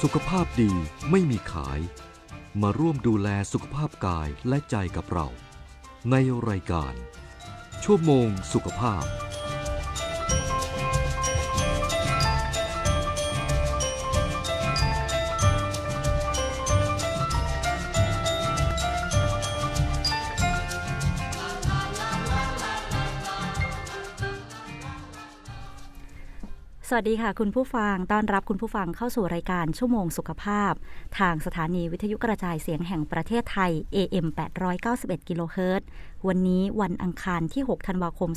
สุขภาพดีไม่มีขายมาร่วมดูแลสุขภาพกายและใจกับเราในรายการชั่วโมงสุขภาพสวัสดีค่ะคุณผู้ฟังต้อนรับคุณผู้ฟังเข้าสู่รายการชั่วโมงสุขภาพทางสถานีวิทยุกระจายเสียงแห่งประเทศไทย AM 891 กิโลเฮิรตซ์วันนี้วันอังคารที่ 6 ธันวาคม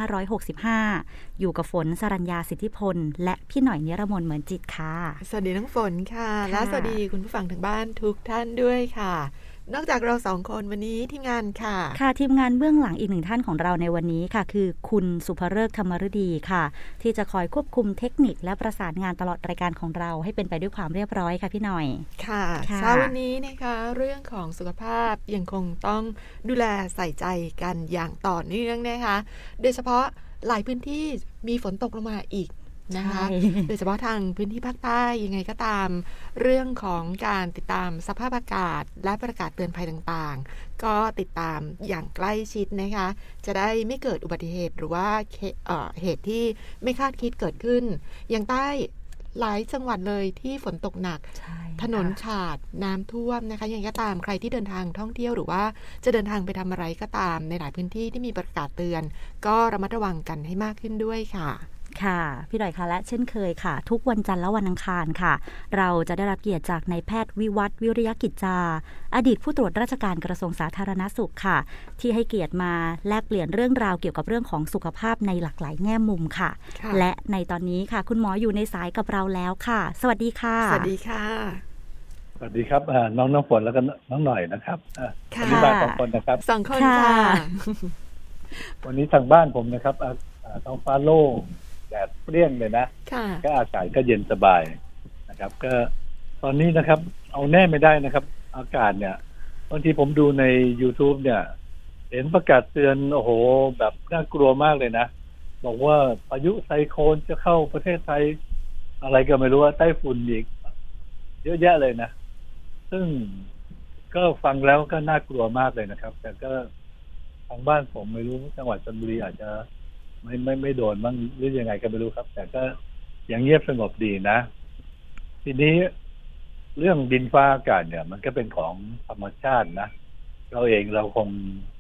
2565 อยู่กับฝนสรัญญาสิทธิพลและพี่หน่อยนิรมนเหมือนจิตค่ะสวัสดีน้องฝนค่ะและสวัสดีคุณผู้ฟังทางบ้านทุกท่านด้วยค่ะนอกจากเราสองคนวันนี้ทีมงานค่ะทีมงานเบื้องหลังอีกหนึ่งท่านของเราในวันนี้ค่ะคือคุณสุภฤกษ์ธรรมฤดีค่ะที่จะคอยควบคุมเทคนิคและประสานงานตลอดรายการของเราให้เป็นไปด้วยความเรียบร้อยค่ะพี่หน่อยค่ะเช้าวันนี้นะคะเรื่องของสุขภาพยังคงต้องดูแลใส่ใจกันอย่างต่อเนื่องนะคะโดยเฉพาะหลายพื้นที่มีฝนตกลงมาอีกนะคะโดยเฉพาะทางพื้นที่ภาคใต้ยังไงก็ตามเรื่องของการติดตามสภาพอากาศและประกาศเตือนภัยต่างๆก็ติดตามอย่างใกล้ชิดนะคะจะได้ไม่เกิดอุบัติเหตุหรือว่าเหตุที่ไม่คาดคิดเกิดขึ้นอย่างใต้หลายจังหวัดเลยที่ฝนตกหนักถนนฉาดน้ำท่วมนะคะยังไงก็ตามใครที่เดินทางท่องเที่ยวหรือว่าจะเดินทางไปทำอะไรก็ตามในหลายพื้นที่ที่มีประกาศเตือนก็ระมัดระวังกันให้มากขึ้นด้วยค่ะค่ะพี่หน่อยค่ะและเช่นเคยค่ะทุกวันจันทร์และวันอังคารค่ะเราจะได้รับเกียรติจากนายแพทย์วิวัฒน์วิริยกิจจาอดีตผู้ตรวจราชการกระทรวงสาธารณสุขค่ะที่ให้เกียรติมาแลกเปลี่ยนเรื่องราวเกี่ยวกับเรื่องของสุขภาพในหลากหลายแง่มุมค่ะและในตอนนี้ค่ะคุณหมออยู่ในสายกับเราแล้วค่ะสวัสดีค่ะสวัสดีค่ะสวัสดีครับน้องฝนแล้วก็น้องหน่อยนะครับวันนี้มาสองคนนะครับสองคนค่ะวันนี้ทางบ้านผมนะครับท้องฟ้าโล่งแดดเปรี้ยงเลยนะก็อากาศก็เย็นสบายนะครับก็ตอนนี้นะครับเอาแน่ไม่ได้นะครับอากาศเนี่ยบางทีผมดูใน YouTube เนี่ยเห็นประกาศเตือนโอ้โหแบบน่ากลัวมากเลยนะบอกว่าพายุไซโคลนจะเข้าประเทศไทยอะไรก็ไม่รู้ว่าไต้ฝุ่นอีกเยอะแยะเลยนะซึ่งก็ฟังแล้วก็น่ากลัวมากเลยนะครับแต่ก็ทางบ้านผมไม่รู้จังหวัดชลบุรีอาจจะไม่โดนบ้างหรือยังไงก็ไม่รู้ครับแต่ก็ยังเงียบสงบดีนะทีนี้เรื่องดินฟ้าอากาศเนี่ยมันก็เป็นของธรรมชาตินะเราเองเราคง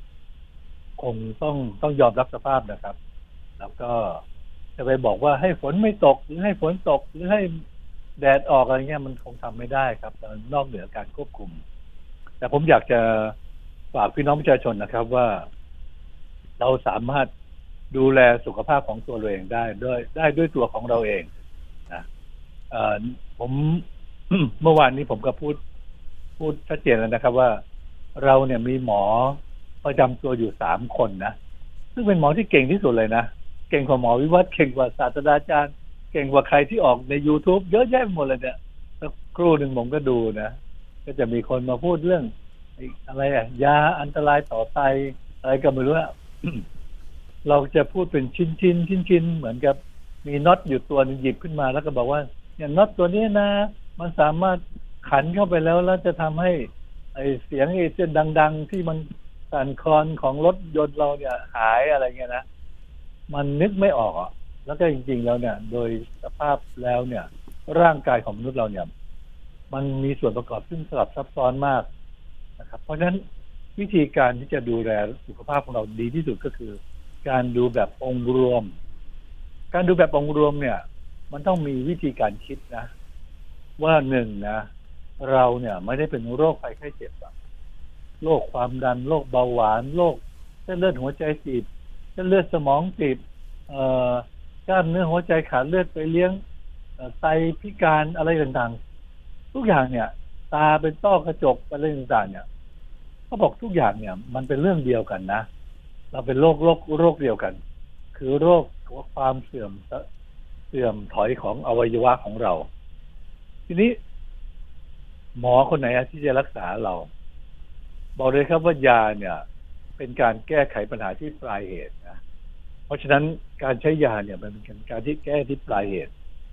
ต้องยอมรับสภาพนะครับแล้วก็จะไปบอกว่าให้ฝนไม่ตกหรือให้ฝนตกหรือให้แดดออกอะไรเงี้ยมันคงทำไม่ได้ครับนอกเหนือการควบคุมแต่ผมอยากจะฝากพี่น้องประชาชนนะครับว่าเราสามารถดูแลสุขภาพของตัวเราเองได้ด้วยตัวของเราเองนะผม เมื่อวานนี้ผมก็พูดชัดเจนแล้วนะครับว่าเราเนี่ยมีหมอประจำตัวอยู่3 คนนะซึ่งเป็นหมอที่เก่งที่สุดเลยนะเก่งกว่าหมอวิวัฒน์เก่งกว่าศาสตราจารย์เก่งกว่าใครที่ออกใน YouTube เยอะแยะหมดเลยเนี่ยสักครู่นึงผมก็ดูนะก็จะมีคนมาพูดเรื่องอะไรยาอันตรายต่อไตอะไรก็ไม่รู้เราจะพูดเป็นชิ้นเหมือนกับมีน็อตอยู่ตัวนึงหยิบขึ้นมาแล้วก็บอกว่าอย่างน็อตตัวนี้นะมันสามารถขันเข้าไปแล้วจะทำให้ไอเสียงไอเส้นดังๆที่มันสั่นคลอนของรถยนต์เราเนี่ยหายอะไรเงี้ยนะมันนึกไม่ออกแล้วก็จริงๆแล้วเนี่ยโดยสภาพแล้วเนี่ยร่างกายของมนุษย์เราเนี่ยมันมีส่วนประกอบซึ่งสลับซับซ้อนมากนะครับเพราะฉะนั้นวิธีการที่จะดูแลสุขภาพของเราดีที่สุดก็คือการดูแบบองค์รวมการดูแบบองค์รวมเนี่ยมันต้องมีวิธีการคิดนะว่า1นะเราเนี่ยไม่ได้เป็นโรคภัยไข้เจ็บโรคความดันโรคเบาหวานโรคเส้นเลือดหัวใจตีบเส้นเลือดสมองตีบกล้ามเนื้อหัวใจขาดเลือดไปเลี้ยงไตพิการอะไรต่างๆทุกอย่างเนี่ยตาเป็นต้อกระจกอะไรต่างๆเนี่ยเขาบอกทุกอย่างเนี่ยมันเป็นเรื่องเดียวกันนะเราเป็นโรคเดียวกันคือโรคความเสื่อมถอยของอวัยวะของเราทีนี้หมอคนไหนที่จะรักษาเราบอกเลยครับว่ายาเนี่ยเป็นการแก้ไขปัญหาที่ปลายเหตุนะเพราะฉะนั้นการใช้ยาเนี่ยมันเป็นการที่แก้ที่ปลายเหตุ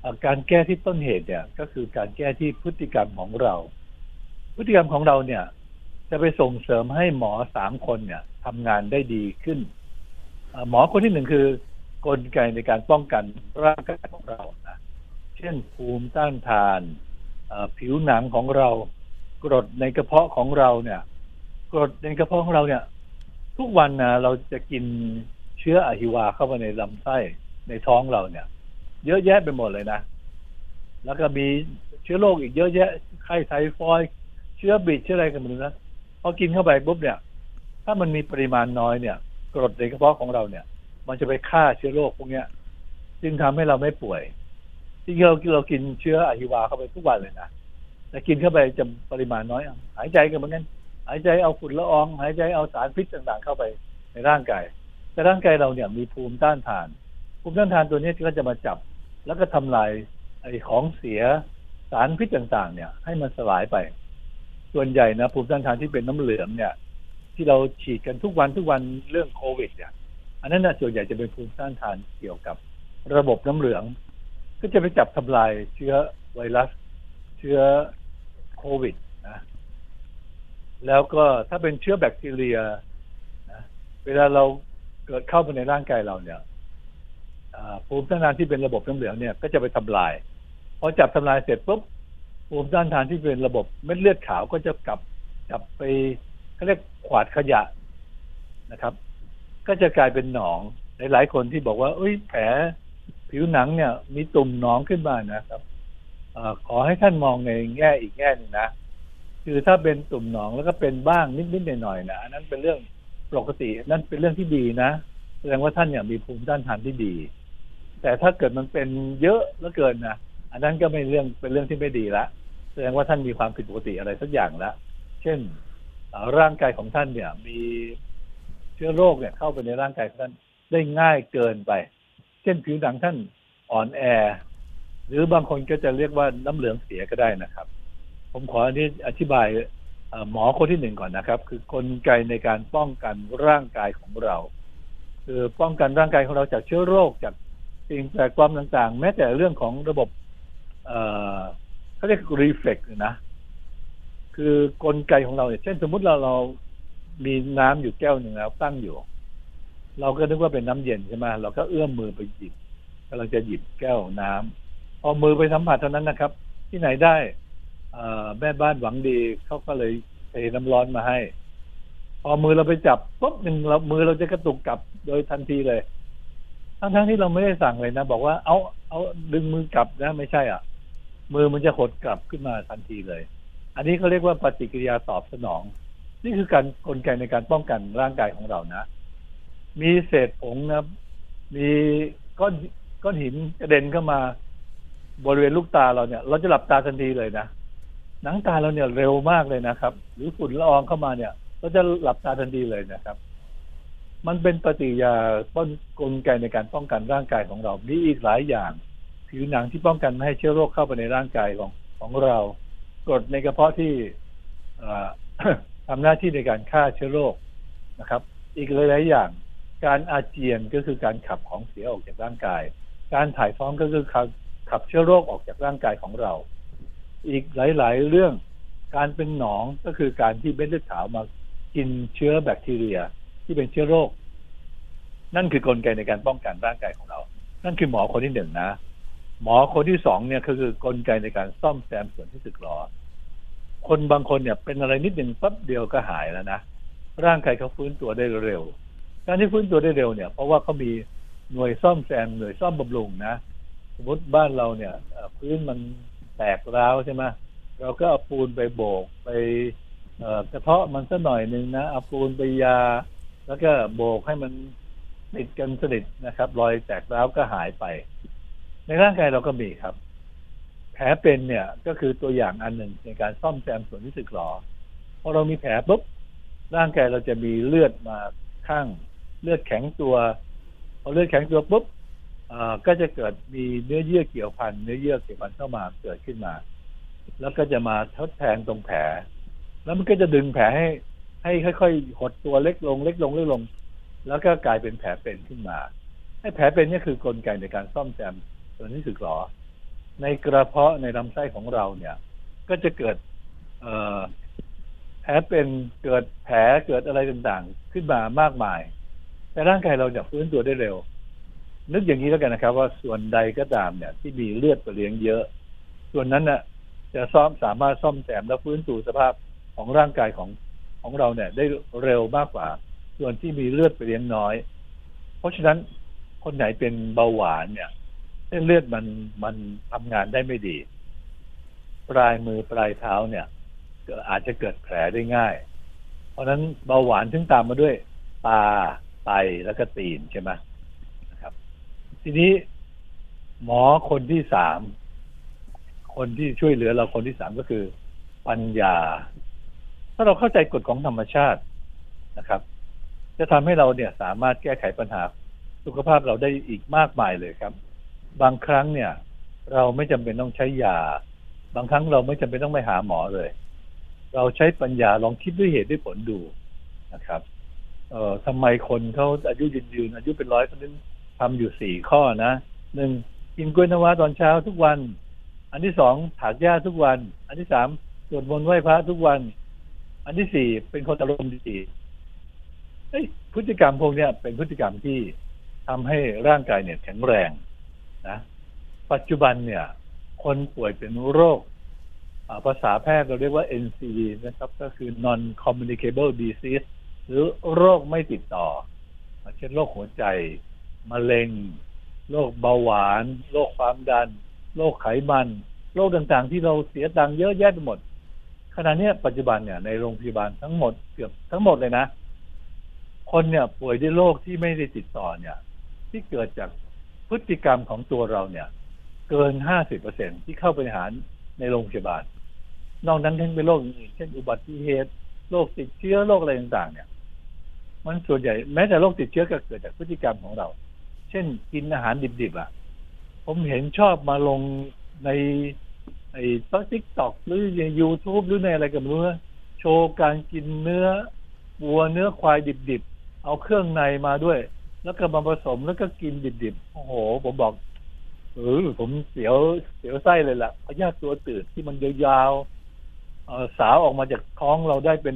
การแก้ที่ต้นเหตุเนี่ยก็คือการแก้ที่พฤติกรรมของเราพฤติกรรมของเราเนี่ยจะไปส่งเสริมให้หมอ3 คนเนี่ยทำงานได้ดีขึ้นหมอคนที่1คือกลไกในการป้องกันร่างกายของเรานะเช่นภูมิต้านทานผิวหนังของเรากรดในกระเพาะของเราเนี่ยกรดในกระเพาะของเราเนี่ยทุกวันนะเราจะกินเชื้ออะฮิวาเข้าไปในลำไส้ในท้องเราเนี่ยเยอะแยะไปหมดเลยนะแล้วก็มีเชื้อโรคอีกเยอะแยะไข้ไทฟอยด์เชื้อบิดเชื้ออะไรกันไม่รู้นะพอกินเข้าไปปุ๊บเนี่ยถ้ามันมีปริมาณน้อยเนี่ยกรดในกระเพาะของเราเนี่ยมันจะไปฆ่าเชื้อโรคพวกนี้จึงทำให้เราไม่ป่วยที่เรากินเชื้ออะฮิวาเข้าไปทุกวันเลยนะแต่กินเข้าไปจะปริมาณน้อยหายใจกันเหมือนกันหายใจเอาฝุ่นละอองหายใจเอาสารพิษต่างๆเข้าไปในร่างกายแต่ร่างกายเราเนี่ยมีภูมิต้านทานตัวนี้ก็จะมาจับแล้วก็ทำลายไอ้ของเสียสารพิษต่างๆเนี่ยให้มันสลายไปส่วนใหญ่นะภูมิต้านทานที่เป็นน้ำเหลืองเนี่ยที่เราฉีดกันทุกวันเรื่องโควิดเนี่ยอันนั้นนะส่วนใหญ่จะเป็นภูมิต้านทานเกี่ยวกับระบบน้ำเหลืองก็จะไปจับทำลายเชื้อไวรัสเชื้อโควิดนะแล้วก็ถ้าเป็นเชื้อแบคทีเรียนะเวลาเราเกิดเข้าไปในร่างกายเราเนี่ยภูมิต้านทานที่เป็นระบบน้ำเหลืองเนี่ยก็จะไปทำลายพอจับทำลายเสร็จปุ๊บภูมิต้านทานที่เป็นระบบเม็ดเลือดขาวก็จะกลับไปเขาเรียกขวาดขยะนะครับก็จะกลายเป็นหนองหลายๆคนที่บอกว่าแผลผิวหนังเนี่ยมีตุ่มหนองขึ้นมานะครับขอให้ท่านมองในแง่อีกแง่นึงนะคือถ้าเป็นตุ่มหนองแล้วก็เป็นบ้างนิดๆหน่อยๆนะอันนั้นเป็นเรื่องปกตินั่นเป็นเรื่องที่ดีนะแสดงว่าท่านเนี่ยมีภูมิต้านทานที่ดีแต่ถ้าเกิดมันเป็นเยอะเหลือเกินนะอันนั้นก็เป็นเรื่องที่ไม่ดีละแสดงว่าท่านมีความผิดปกติอะไรสักอย่างละเช่นร่างกายของท่านเนี่ยมีเชื้อโรคเนี่ยเข้าไปในร่างกายของท่านได้ง่ายเกินไปเช่นผิวหนังท่านอ่อนแอหรือบางคนก็จะเรียกว่าน้ำเหลืองเสียก็ได้นะครับผมขออธิบายหมอคนที่1ก่อนนะครับคือกลไกในการป้องกันร่างกายของเราคือป้องกันร่างกายของเราจากเชื้อโรคจากสิ่งแปลกปลอมต่างๆแม้แต่เรื่องของระบบเขาเรียกรีเฟล็กซ์นะคือกลไกของเราเนี่ยเช่นสมมุติเรามีน้ำอยู่แก้วหนึ่งแล้วตั้งอยู่เราก็นึกว่าเป็นน้ำเย็นใช่ไหมเราก็เอื้อมมือไปหยิบกำลังจะหยิบแก้วน้ำพอมือไปสัมผัสเท่านั้นนะครับที่ไหนได้แม่บ้านหวังดีเขาก็เลยเทน้ำร้อนมาให้พอมือเราไปจับปุ๊บหนึ่งมือเราจะกระตุกกลับโดยทันทีเลยทั้งที่เราไม่ได้สั่งเลยนะบอกว่าเอาดึงมือกลับนะไม่ใช่มือมันจะหดกลับขึ้นมาทันทีเลยอันนี้เขาเรียกว่าปฏิกิริยาตอบสนองนี่คือการกลไกในการป้องกันร่างกายของเรานะมีเศษผงนะมีก้อนหินกระเด็นเข้ามาบริเวณลูกตาเราเนี่ยเราจะหลับตาทันทีเลยนะหนังตาเราเนี่ยเร็วมากเลยนะครับหรือฝุ่นละอองเข้ามาเนี่ยเราจะหลับตาทันทีเลยนะครับมันเป็นปฏิกิริยากลไกในการป้องกันร่างกายของเรามีอีกหลายอย่างผิวหนังที่ป้องกันไม่ให้เชื้อโรคเข้าไปในร่างกายของเรากรดในกระเพาะที่ทำหน้าที่ในการฆ่าเชื้อโรคนะครับอีกหลายๆอย่างการอาเจียนก็คือการขับของเสียออกจากร่างกายการถ่ายท้องก็คือขับเชื้อโรคออกจากร่างกายของเราอีกหลายๆเรื่องการเป็นหนองก็คือการที่เม็ดเลือดขาวมากินเชื้อแบคทีเรียที่เป็นเชื้อโรคนั่นคือกลไกในการป้องกันร่างกายของเรานั่นคือหมอคนที่1นะหมอคนที่2เนี่ยคือกลไกในการซ่อมแซมส่วนที่สึกหรอคนบางคนเนี่ยเป็นอะไรนิดนึงปั๊บเดียวก็หายแล้วนะร่างกายเขาฟื้นตัวได้เร็วการที่ฟื้นตัวได้เร็วเนี่ยเพราะว่าเขามีหน่วยซ่อมแซมหน่วยซ่อมบำรุงนะสมมติบ้านเราเนี่ยพื้นมันแตกร้าวใช่ไหมเราก็เอาปูนไปโบกไปกระเทาะมันสักหน่อยนึงนะเอาปูนไปยาแล้วก็โบกให้มันติดกันสนิทนะครับรอยแตกร้าวก็หายไปในร่างกายเราก็มีครับแผลเป็นเนี่ยก็คือตัวอย่างอันหนึ่งในการซ่อมแซมส่วนที่สึกหรอพอเรามีแผลปุ๊บร่างกายเราจะมีเลือดมาข้างเลือดแข็งตัวพอเลือดแข็งตัวปุ๊บก็จะเกิดมีเนื้อเยื่อเกี่ยวพันเข้ามาเกิดขึ้นมาแล้วก็จะมาทดแทนตรงแผลแล้วมันก็จะดึงแผลให้ค่อยๆหดตัวเล็กลงแล้วก็กลายเป็นแผลเป็นขึ้นมาให้แผลเป็นนี่คือกลไกในการซ่อมแซมส่วนที่สึกหรอในกระเพาะในลำไส้ของเราเนี่ยก็จะเกิดแผลเป็นเกิดแผลเกิดอะไรต่างๆขึ้นมามากมายแต่ร่างกายเราจะฟื้นตัวได้เร็วนึกอย่างนี้แล้วกันนะครับว่าส่วนใดก็ตามเนี่ยที่มีเลือดไปเลี้ยงเยอะส่วนนั้นน่ะจะสามารถซ่อมแซมและฟื้นฟูสภาพของร่างกายของเราเนี่ยได้เร็วมากกว่าส่วนที่มีเลือดไปเลี้ยงน้อยเพราะฉะนั้นคนไหนเป็นเบาหวานเนี่ยเส้นเลือดมันทำงานได้ไม่ดีปลายมือปลายเท้าเนี่ยอาจจะเกิดแผลได้ง่ายเพราะฉะนั้นเบาหวานถึงตามมาด้วยตาไตแล้วก็ตีนใช่ไหมนะครับทีนี้หมอคนที่สามคนที่ช่วยเหลือเราคนที่สามก็คือปัญญาถ้าเราเข้าใจกฎของธรรมชาตินะครับจะทำให้เราเนี่ยสามารถแก้ไขปัญหาสุขภาพเราได้อีกมากมายเลยครับบางครั้งเนี่ยเราไม่จำเป็นต้องใช้ยาบางครั้งเราไม่จำเป็นต้องไปหาหมอเลยเราใช้ปัญญาลองคิดด้วยเหตุด้วยผลดูนะครับทำไมคนเขาอายุยืนอายุเป็น100คนนั้นทำอยู่4ข้อนะ1กินกล้วยน้ำว้าตอนเช้าทุกวันอันที่2ถากหญ้าทุกวันอันที่3สวดมนต์ไหว้พระทุกวันอันที่4เป็นคนอารมณ์ดีพฤติกรรมพวกนี้เป็นพฤติกรรมที่ทำให้ร่างกายเนี่ยแข็งแรงนะปัจจุบันเนี่ยคนป่วยเป็นโรคภาษาแพทย์เราเรียกว่า NCD นะครับก็คือ non communicable disease หรือโรคไม่ติดต่อเช่นโรคหัวใจมะเร็งโรคเบาหวานโรคความดันโรคไขมันโรคต่างๆที่เราเสียตังค์เยอะแยะไปหมดขณะนี้ปัจจุบันเนี่ยในโรงพยาบาลทั้งหมดเกือบทั้งหมดเลยนะคนเนี่ยป่วยด้วยโรคที่ไม่ได้ติดต่อเนี่ยที่เกิดจากพฤติกรรมของตัวเราเนี่ยเกิน 50% ที่เข้าไปหาในโรงพยาบาลนอกนั้นทั้งเป็นโรคอื่นเช่นอุบัติเหตุโรคติดเชื้อโรคอะไรต่างๆเนี่ยมันส่วนใหญ่แม้แต่โรคติดเชื้อก็เกิดจากพฤติกรรมของเราเช่นกินอาหารดิบๆผมเห็นชอบมาลงในTikTok หรือใน YouTube หรือในอะไรก็ไม่รู้โชว์การกินเนื้อวัวเนื้อควายดิบๆเอาเครื่องในมาด้วยแล้วก็มาผสมแล้วก็กินดิบๆโอ้โหผมบอกผมเสียวไส้เลยล่ะพยาธิตัวตืดที่มันยาวๆสาวออกมาจากท้องเราได้เป็น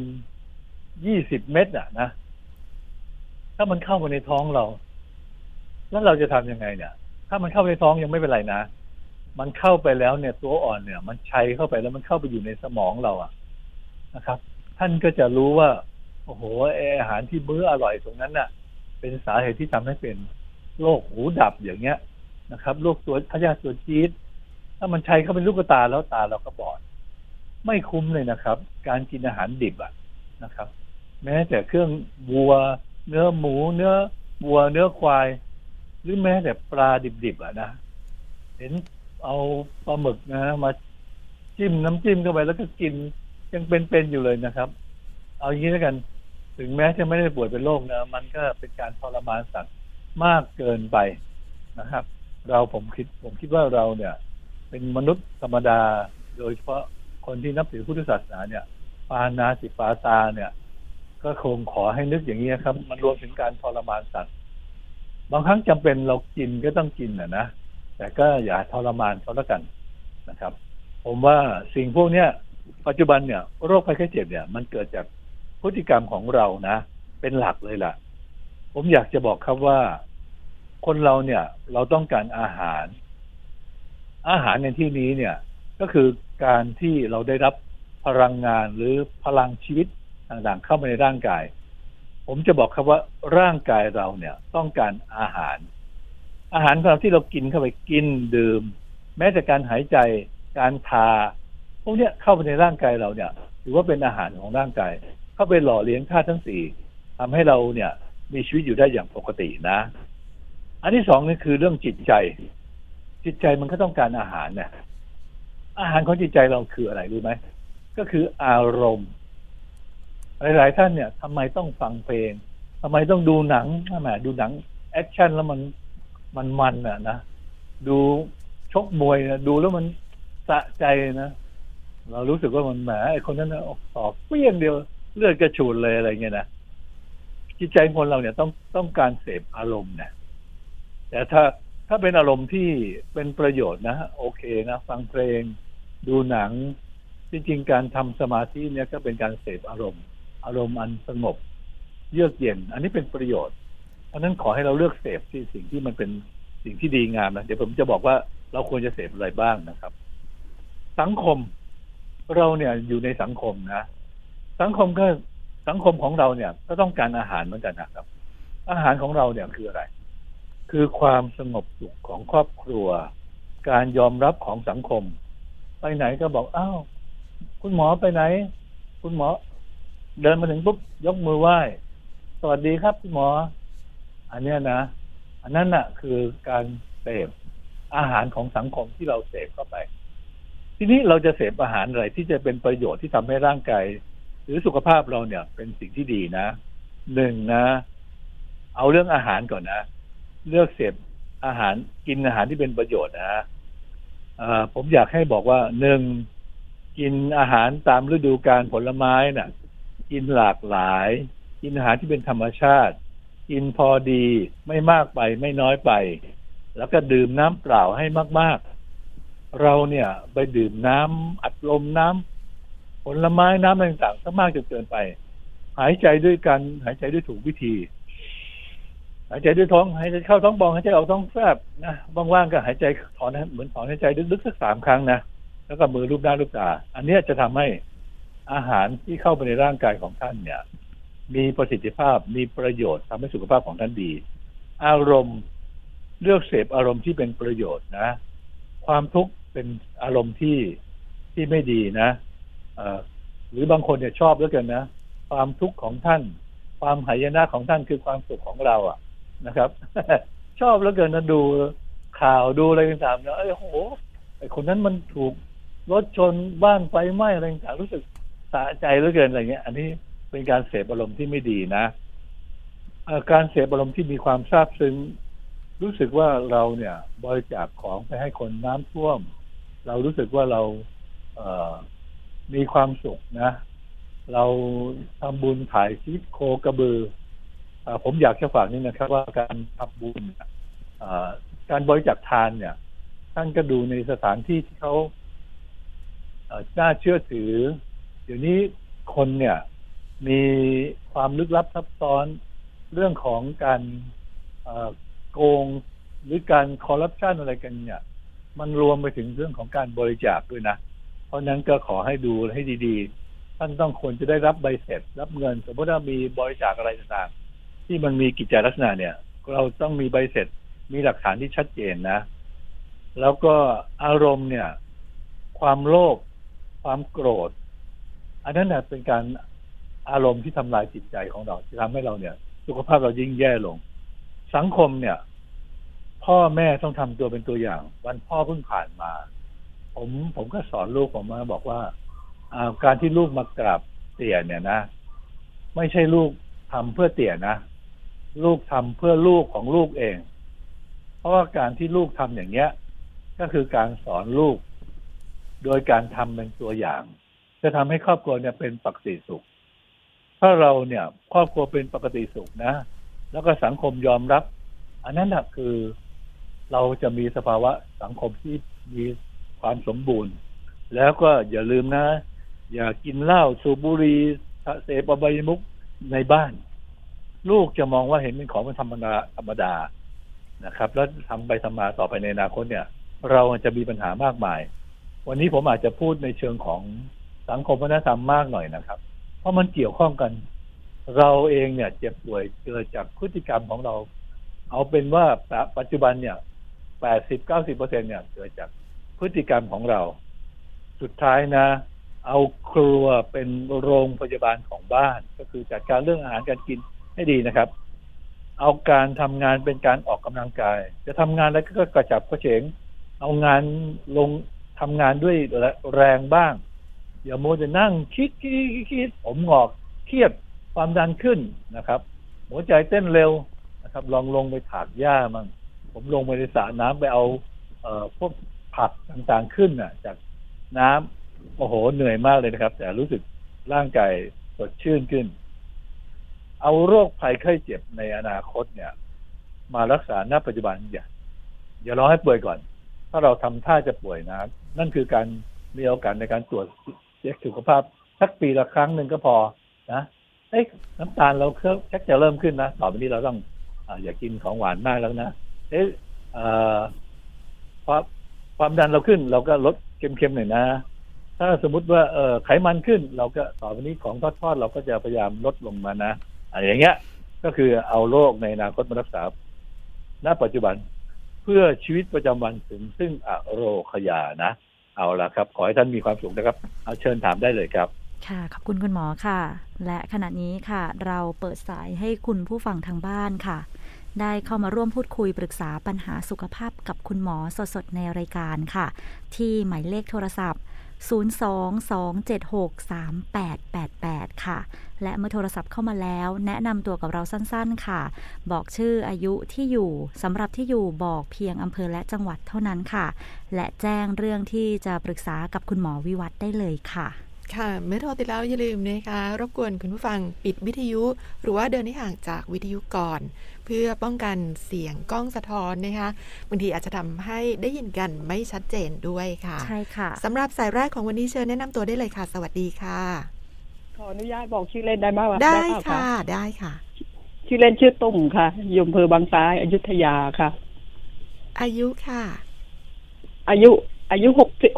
20 เม็ดนะถ้ามันเข้ามาในท้องเราแล้วเราจะทำยังไงเนี่ยถ้ามันเข้าไปในท้องยังไม่เป็นไรนะมันเข้าไปแล้วเนี่ยตัวอ่อนเนี่ยมันชัยเข้าไปแล้วมันเข้าไปอยู่ในสมองเรานะครับท่านก็จะรู้ว่าโอ้โหอาหารที่มื้ออร่อยตรงนั้นน่ะเป็นสาเหตุที่ทำให้เป็นโรคหูดับอย่างเงี้ยนะครับโรคตัวพยาธิตัวจี๊ดถ้ามันชัยเข้าไปลูกตาแล้วตาเราก็บอดไม่คุ้มเลยนะครับการกินอาหารดิบนะครับแม้แต่เครื่องวัวเนื้อหมูเนื้อวัวเนื้อควายหรือแม้แต่ปลาดิบๆนะเห็นเอาปลาหมึกนะมาจิ้มน้ำจิ้มเข้าไปแล้วก็กินยังเป็นๆอยู่เลยนะครับเอาอย่างนี้แล้วกันถึงแม้จะไม่ได้ป่วยเป็นโรคนะมันก็เป็นการทรมานสัตว์มากเกินไปนะครับผมคิดว่าเราเนี่ยเป็นมนุษย์ธรรมดาโดยเฉพาะคนที่นับถือพุทธศาสนาเนี่ยปานาติปาตาเนี่ยก็คงขอให้นึกอย่างนี้ครับมันรวมถึงการทรมานสัตว์บางครั้งจำเป็นเรากินก็ต้องกินนะแต่ก็อย่าทรมานเขาแล้วกันนะครับผมว่าสิ่งพวกนี้ปัจจุบันเนี่ยโรคภัยไข้เจ็บเนี่ยมันเกิดจากพฤติกรรมของเรานะเป็นหลักเลยล่ะผมอยากจะบอกครับว่าคนเราเนี่ยเราต้องการอาหารในที่นี้เนี่ยก็คือการที่เราได้รับพลังงานหรือพลังชีวิตต่างๆเข้ามาในร่างกายผมจะบอกครับว่าร่างกายเราเนี่ยต้องการอาหารของเราที่เรากินเข้าไปกินดื่มแม้แต่การหายใจการทาพวกนี้เข้าไปในร่างกายเราเนี่ยถือว่าเป็นอาหารของร่างกายเข้าไปหล่อเลี้ยงธาตุทั้ง4ทำให้เราเนี่ยมีชีวิตอยู่ได้อย่างปกตินะอันที่2นี่คือเรื่องจิตใจมันก็ต้องการอาหารเนี่ยอาหารของจิตใจเราคืออะไรรู้ไหมก็คืออารมณ์หลายๆท่านเนี่ยทำไมต้องฟังเพลงทำไมต้องดูหนังดูหนังแอคชั่นแล้วมันนะดูชกมวยนะดูแล้วมันสะใจนะเรารู้สึกว่ามันแหมไอ้คนนั้นตอกเปี้ยงเดียวเลือดกระฉูดเลยอะไรเงี้ยนะจิตใจคนเราเนี่ยต้องการเสพอารมณ์นะแต่ถ้าถ้าเป็นอารมณ์ที่เป็นประโยชน์นะโอเคนะฟังเพลงดูหนังจริงๆการทำสมาธิเนี่ยก็เป็นการเสพอารมณ์อันสงบเยือกเย็นอันนี้เป็นประโยชน์เพราะนั้นขอให้เราเลือกเสพที่สิ่งที่มันเป็นสิ่งที่ดีงามนะเดี๋ยวผมจะบอกว่าเราควรจะเสพอะไรบ้างนะครับสังคมเราเนี่ยอยู่ในสังคมนะสังคมของเราเนี่ยก็ต้องการอาหารเหมือนกันนะครับอาหารของเราเนี่ยคืออะไรคือความสงบสุขของครอบครัวการยอมรับของสังคมไปไหนก็บอกอ้าวคุณหมอไปไหนคุณหมอเดินมาถึงปุ๊บยกมือไหว้สวัสดีครับคุณหมออันเนี้ยนะอันนั้นน่ะคือการเสพอาหารของสังคมที่เราเสพเข้าไปทีนี้เราจะเสพอาหารอะไรที่จะเป็นประโยชน์ที่ทำให้ร่างกายหรือสุขภาพเราเนี่ยเป็นสิ่งที่ดีนะหนึ่งนะเอาเรื่องอาหารก่อนนะเลือกเสพอาหารกินอาหารที่เป็นประโยชน์นะผมอยากให้บอกว่าหนึ่งกินอาหารตามฤดูกาลผลไม้น่ะกินหลากหลายกินอาหารที่เป็นธรรมชาติกินพอดีไม่มากไปไม่น้อยไปแล้วก็ดื่มน้ำเปล่าให้มากๆเราเนี่ยไปดื่มน้ำอัดลมน้ำผลไม้น้ำอะไรต่างๆถ้ามากจนเกินไปหายใจด้วยถูกวิธีหายใจด้วยท้องหายใจเข้าท้องบองหายใจออกท้องแฟบนะว่างๆก็หายใจถอนเหมือนถอนหายใจลึกๆสัก3 ครั้งนะแล้วก็มือลูบหน้าลูบตาอันนี้จะทำให้อาหารที่เข้าไปในร่างกายของท่านเนี่ยมีประสิทธิภาพมีประโยชน์ทำให้สุขภาพของท่านดีอารมณ์เลือกเสพอารมณ์ที่เป็นประโยชน์นะความทุกข์เป็นอารมณ์ที่ไม่ดีนะหรือบางคนเนี่ยชอบเหลือเกินนะความทุกข์ของท่านความหายนะของท่านคือความสุขของเราอ่ะนะครับ ชอบเหลือเกินนะดูข่าวดูอะไรต่างๆนะโอ้โหไอ้คนนั้นมันถูกรถชนบ้านไฟไหม้อะไรต่างๆรู้สึกสะใจเหลือเกินอะไรเงี้ยอันนี้เป็นการเสพอารมณ์ที่ไม่ดีนะการเสพอารมณ์ที่มีความซาบซึ้งรู้สึกว่าเราเนี่ยบริจาคของไปให้คนน้ำท่วมเรารู้สึกว่าเรามีความสุขนะเราทำบุญถ่ายชีวิตโคกระบือผมอยากจะฝากนี่นะครับว่าการทำบุญการบริจาคทานเนี่ยท่านก็ดูในสถานที่ที่เขาน่าเชื่อถือเดี๋ยวนี้คนเนี่ยมีความลึกลับซับซ้อนเรื่องของการโกงหรือการคอร์รัปชันอะไรกันเนี่ยมันรวมไปถึงเรื่องของการบริจาคด้วยนะเพราะนั้นก็ขอให้ดูให้ดีๆท่านต้องควรจะได้รับใบเสร็จรับเงินสมมติว่ามีบริจาคอะไรต่างๆที่มันมีกิจจลักษณะเนี่ยเราต้องมีใบเสร็จมีหลักฐานที่ชัดเจนนะแล้วก็อารมณ์เนี่ยความโลภความโกรธอันนั้นเนี่ยเป็นการอารมณ์ที่ทำลายจิตใจของเราที่ทำให้เราเนี่ยสุขภาพเรายิ่งแย่ลงสังคมเนี่ยพ่อแม่ต้องทำตัวเป็นตัวอย่างวันพ่อเพิ่งผ่านมาผมก็สอนลูกผมมาบอกว่าการที่ลูกมากราบเตี่ยเนี่ยนะไม่ใช่ลูกทำเพื่อเตี่ยนะลูกทำเพื่อลูกของลูกเองเพราะว่าการที่ลูกทำอย่างเงี้ยก็คือการสอนลูกโดยการทำเป็นตัวอย่างจะทำให้ครอบครัวเนี่ยเป็นปกติสุขถ้าเราเนี่ยครอบครัวเป็นปกติสุขนะแล้วก็สังคมยอมรับอันนั้นนะคือเราจะมีสภาวะสังคมที่มีความสมบูรณ์แล้วก็อย่าลืมนะอย่ากินเหล้าสูบบุหรี่เสพอบายมุขในบ้านลูกจะมองว่าเห็นเป็นของเป็นธรรมดานะครับแล้วทำไปทำมาต่อไปในอนาคตเนี่ยเราจะมีปัญหามากมายวันนี้ผมอาจจะพูดในเชิงของสังคมวัฒนธรรมมากหน่อยนะครับเพราะมันเกี่ยวข้องกันเราเองเนี่ยเจ็บป่วยเกิดจากพฤติกรรมของเราเอาเป็นว่าปัจจุบันเนี่ย 80-90% เนี่ยเกิดจากพฤติกรรมของเราสุดท้ายนะเอาครัวเป็นโรงพยาบาลของบ้านก็คือจัดการเรื่องอาหารการกินให้ดีนะครับเอาการทำงานเป็นการออกกำลังกายจะทำงานอะไรก็กระฉับกระเฉงเอางานลงทำงานด้วยแรงบ้างอย่าโมจะนั่งคิดผมงอกเครียดความดันขึ้นนะครับหัวใจเต้นเร็วนะครับลองลงไปถากหญ้ามั่งผมลงไปในสระน้ำไปเอาพวกผักต่างๆขึ้นน่ะจากน้ำโอ้โหเหนื่อยมากเลยนะครับแต่รู้สึกร่างกายสดชื่นขึ้นเอาโรคภัยไข้เจ็บในอนาคตเนี่ยมารักษาณปัจจุบันอย่ารอให้ป่วยก่อนถ้าเราทำท่าจะป่วยนะนั่นคือการมีโอกาสในการตรวจเช็คสุขภาพสักปีละครั้งหนึ่งก็พอนะน้ำตาลเราชักจะเริ่มขึ้นนะต่อไปนี้เราต้องอย่ากินของหวานมากแล้วนะความดันเราขึ้นเราก็ลดเค็มๆหน่อยนะถ้าสมมุติว่าไขมันขึ้นเราก็ต่อไปนี้ของทอดๆเราก็จะพยายามลดลงมานะอะไรอย่างเงี้ยก็คือเอาโรคในอนาคตมารักษาณปัจจุบันเพื่อชีวิตประจำวันถึงซึ่งอโรคยานะเอาละครับขอให้ท่านมีความสุขนะครับเอาเชิญถามได้เลยครับค่ะขอบคุณคุณหมอค่ะและขณะนี้ค่ะเราเปิดสายให้คุณผู้ฟังทางบ้านค่ะได้เข้ามาร่วมพูดคุยปรึกษาปัญหาสุขภาพกับคุณหมอสดๆในรายการค่ะที่หมายเลขโทรศัพท์022763888ค่ะและเมื่อโทรศัพท์เข้ามาแล้วแนะนำตัวกับเราสั้นๆค่ะบอกชื่ออายุที่อยู่สำหรับที่อยู่บอกเพียงอำเภอและจังหวัดเท่านั้นค่ะและแจ้งเรื่องที่จะปรึกษากับคุณหมอวิวัฒน์ได้เลยค่ะค่ะเมื่อโทรติดแล้วอย่าลืมนะคะรบกวนคุณผู้ฟังปิดวิทยุหรือว่าเดินให้ห่างจากวิทยุก่อนเพื่อป้องกันเสียงกล้องสะท้อนนะคะบางทีอาจจะทำให้ได้ยินกันไม่ชัดเจนด้วยค่ะใช่ค่ะสำหรับสายแรกของวันนี้เชิญแนะนำตัวได้เลยค่ะสวัสดีค่ะขออนุญาตบอกชื่อเล่นได้ไหมวะได้ค่ะได้ค่ะชื่อเล่นชื่อตุ่มค่ะอยู่อำเภอบางซ้ายอยุธยาค่ะอายุค่ะอายุ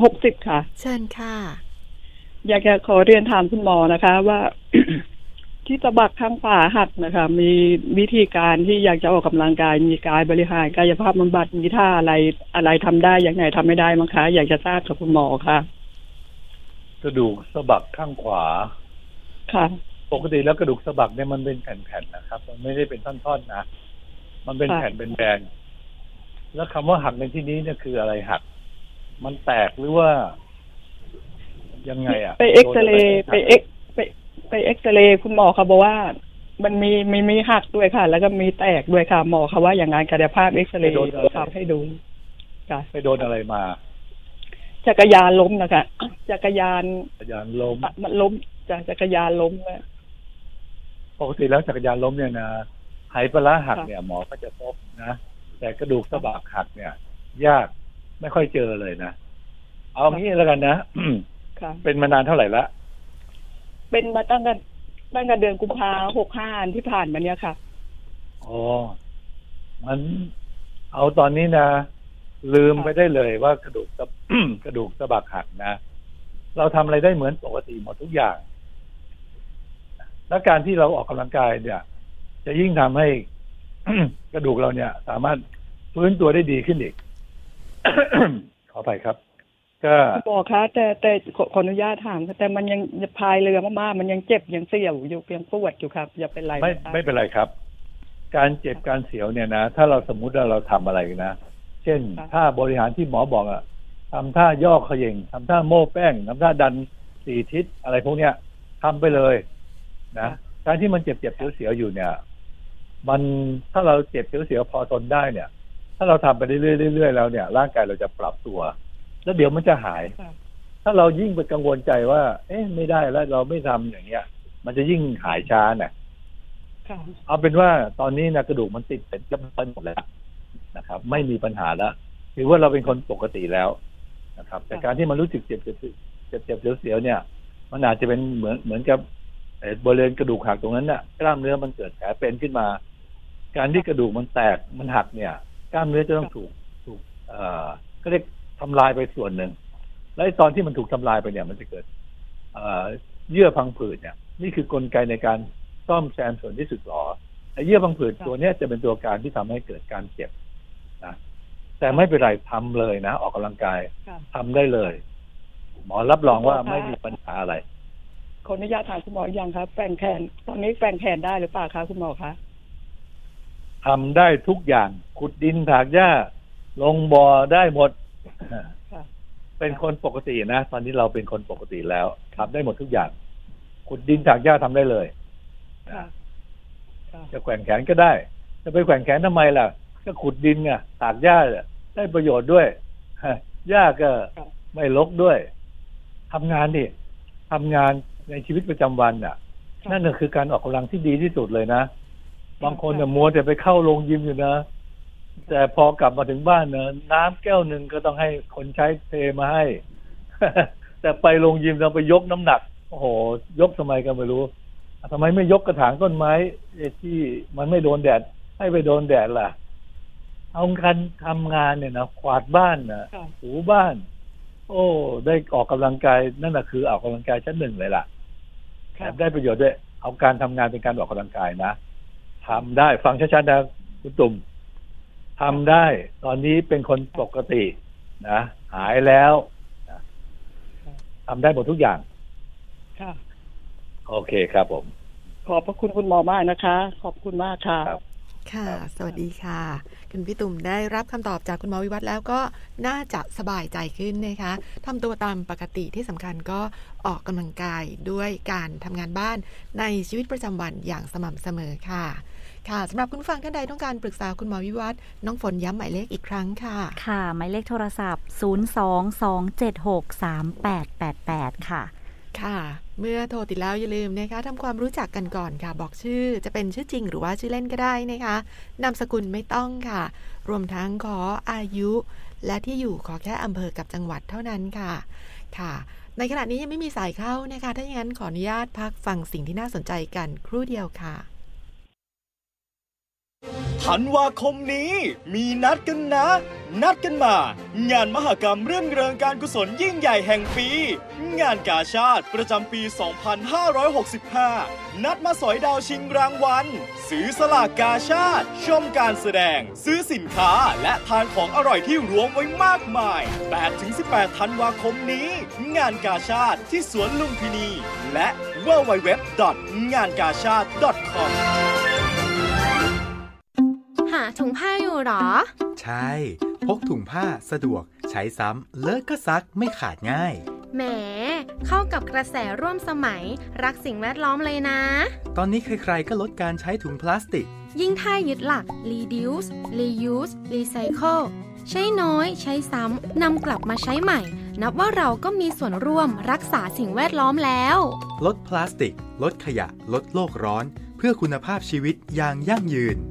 60ค่ะเชิญค่ะอยากจะขอเรียนถามคุณหมอนะคะว่า ที่สะบักข้างขวาหักนะคะมีวิธีการที่อยากจะออกกำลังกายมีกายบริหารกายภาพบำบัดมีท่าอะไรทำได้อย่างไหนทำไม่ได้มั้งคะอยากจะทราบกับคุณหมอค่ะกระดูกสะบักข้างขวาค่ะปกติแล้วกระดูกสะบักเนี่ยมันเป็นแผ่นๆนะครับมันไม่ได้เป็นท่อนๆนะมันเป็นแผ่นเป็นแบนแล้วคำว่าหักในที่นี้เนี่ยคืออะไรหักมันแตกหรือว่ายังไงอ่ะไปเอ็กซเรย์ไปเอ็กซเรย์คุณหมอเขาบอกว่ามันมีหักด้วยค่ะแล้วก็มีแตกด้วยค่ะหมอเขาว่าอย่างงั้นกายภาพเอ็กซเรย์ทำให้ดูค่ะไปโดนอะไรมาจักรยานล้มนะคะจักรยานล้มมันล้มจักรยานล้มเลยปกติแล้วจักรยานล้มเนี่ยนะไหปลาร้าหักเนี่ยหมอก็จะพบนะแต่กระดูกสะบักหักเนี่ยยากไม่ค่อยเจอเลยนะเอางี้แล้วกันนะเป็นมานานเท่าไหร่ละเป็นมาตั้งแต่เดือนกุมภา65ที่ผ่านมาเนี่ยค่ะอ๋อมันเอาตอนนี้นะลืมไปได้เลยว่ากระดูกสะบักหักนะเราทำอะไรได้เหมือนปกติหมดทุกอย่างและการที่เราออกกำลังกายเนี่ยจะยิ่งทำให้ กระดูกเราเนี่ยสามารถฟื้นตัวได้ดีขึ้นอีก ขอไปครับก็บอกค่ะแต่ขออนุญาตถามแต่มันยังพายเรือมากๆมันยังเจ็บยังเสียวอยู่ยังปวดอยู่ครับอย่าเป็นไรไม่เป็นไรครับการเจ็บการเสียวเนี่ยนะถ้าเราสมมุติว่าเราทำอะไรนะเช่นท่าบริหารที่หมอบอกอะทำท่าย่อเขย่งทำท่าโม้แป้งทำท่าดัน4 ทิศอะไรพวกเนี้ยทำไปเลยนะการที่มันเจ็บเสียวอยู่เนี่ยมันถ้าเราเจ็บเสียวพอทนได้เนี่ยถ้าเราทำไปเรื่อยๆแล้วเนี่ยร่างกายเราจะปรับตัวแล้วเดี๋ยวมันจะหายถ้าเรายิ่งไปกังวลใจว่าไม่ได้แล้วเราไม่ทำอย่างเงี้ยมันจะยิ่งหายช้าเนี่ยเอาเป็นว่าตอนนี้นะกระดูกมันติดเป็นเรียบร้อยหมดแล้วนะครับไม่มีปัญหาแล้วถือว่าเราเป็นคนปกติแล้วนะครับแต่การที่มันรู้สึกเจ็บเสียวเนี่ยมันอาจจะเป็นเหมือนกับบริเวณกระดูกหักตรงนั้นน่ะกล้ามเนื้อมันเกิดแผลเป็นขึ้นมาการที่กระดูกมันแตกมันหักเนี่ยกล้ามเนื้อจะต้องถูกก็เรียกทำลายไปส่วนหนึ่งและตอนที่มันถูกทำลายไปเนี่ยมันจะเกิดเยื่อพังผืดเนี่ยนี่คือกลไกในการซ่อมแซมส่วนที่สึกหรอไอ้เยื่อพังผืดตัวนี้จะเป็นตัวการที่ทำให้เกิดการเจ็บนะแต่ไม่เป็นไรทำเลยนะออกกำลังกายทำได้เลยหมอรับรองว่าไม่มีปัญหาอะไรขออนุญาตถามคุณหมออย่างครับแปลงแขนตอนนี้แปลงแขนได้หรือเปล่าคะคุณหมอคะทำได้ทุกอย่างขุดดินถากหญ้าลงบ่อได้หมดเป็นคนปกตินะตอนนี้เราเป็นคนปกติแล้วทำได้หมดทุกอย่างขุดดินถากหญ้าทำได้เลยจะแขวนแขนก็ได้จะไปแขวนแขนทำไมล่ะก็ขุดดินไงถากหญ้าได้ประโยชน์ด้วยหญ้าก็ไม่รกด้วยทำงานดิทำงานในชีวิตประจำวันน่ะนั่นคือการออกกำลังที่ดีที่สุดเลยนะบางคนเนี่ยมัวแต่ไปเข้าโรงยิมอยู่นะแต่พอกลับมาถึงบ้านเนอะน้ำแก้วหนึ่งก็ต้องให้คนใช้เทมาให้ แต่ไปลงยิมเราไปยกน้ำหนักโอ้โหยกทำไมกันไม่รู้ทำไมไม่ยกกระถางต้นไม้ที่มันไม่โดนแดดให้ไปโดนแดดล่ะเอาการทำงานเนี่ยนะกวาดบ้านนะถูบ้านโอ้ได้ออกกำลังกายนั่นแหะคือออกกำลังกายชั้นหนึ่งเลยล่ะแถมได้ประโยชน์ด้วยเอาการทำงานเป็นการออกกำลังกายนะทำได้ฟังชัดๆนะคุณตุ่มทำได้ตอนนี้เป็นคนปกตินะหายแล้วนะทำได้หมดทุกอย่างค่ะโอเคครับผมขอบพระคุณคุณหมอมากนะคะขอบคุณมากค่ะค่ะสวัสดีค่ะคุณพี่ตุ่มได้รับคำตอบจากคุณหมอวิวัฒน์แล้วก็น่าจะสบายใจขึ้นนะคะทำตัวตามปกติที่สำคัญก็ออกกำลังกายด้วยการทำงานบ้านในชีวิตประจำวันอย่างสม่ำเสมอค่ะค่ะสำหรับคุณฟังท่านใดต้องการปรึกษาคุณหมอวิวัฒน์น้องฝนย้ำหมายเลขอีกครั้งค่ะค่ะหมายเลขโทรศัพท์022763888ค่ะค่ะเมื่อโทรติดแล้วอย่าลืมนะคะทำความรู้จักกันก่อนค่ะบอกชื่อจะเป็นชื่อจริงหรือว่าชื่อเล่นก็ได้นะคะนามสกุลไม่ต้องค่ะรวมทั้งขออายุและที่อยู่ขอแค่อำเภอกับจังหวัดเท่านั้นค่ะค่ะในขณะนี้ยังไม่มีสายเข้านะคะถ้าอย่างนั้นขออนุญาตพักฟังสิ่งที่น่าสนใจกันครู่เดียวค่ะธันวาคมนี้มีนัดกันนะนัดกันมางานมหกรรมเรื่องเริงการกุศลยิ่งใหญ่แห่งปีงานกาชาดประจำปี 2565 นัดมาสอยดาวชิงรางวัลซื้อสลากกาชาดชมการแสดงซื้อสินค้าและทานของอร่อยที่รวมไว้มากมาย 8-18 ธันวาคมนี้งานกาชาดที่สวนลุมพินีและ www.ngankashad.com หาถุงผ้าอยู่หรอใช่พกถุงผ้าสะดวกใช้ซ้ำเลอะก็ซักไม่ขาดง่ายแหมเข้ากับกระแสร่วมสมัยรักสิ่งแวดล้อมเลยนะตอนนี้ใครๆก็ลดการใช้ถุงพลาสติกยิ่งถ้ายึดหลัก reduce reuse recycle ใช้น้อยใช้ซ้ำนำกลับมาใช้ใหม่นับว่าเราก็มีส่วนร่วมรักษาสิ่งแวดล้อมแล้วลดพลาสติกลดขยะลดโลกร้อนเพื่อคุณภาพชีวิตอย่างยั่งยืน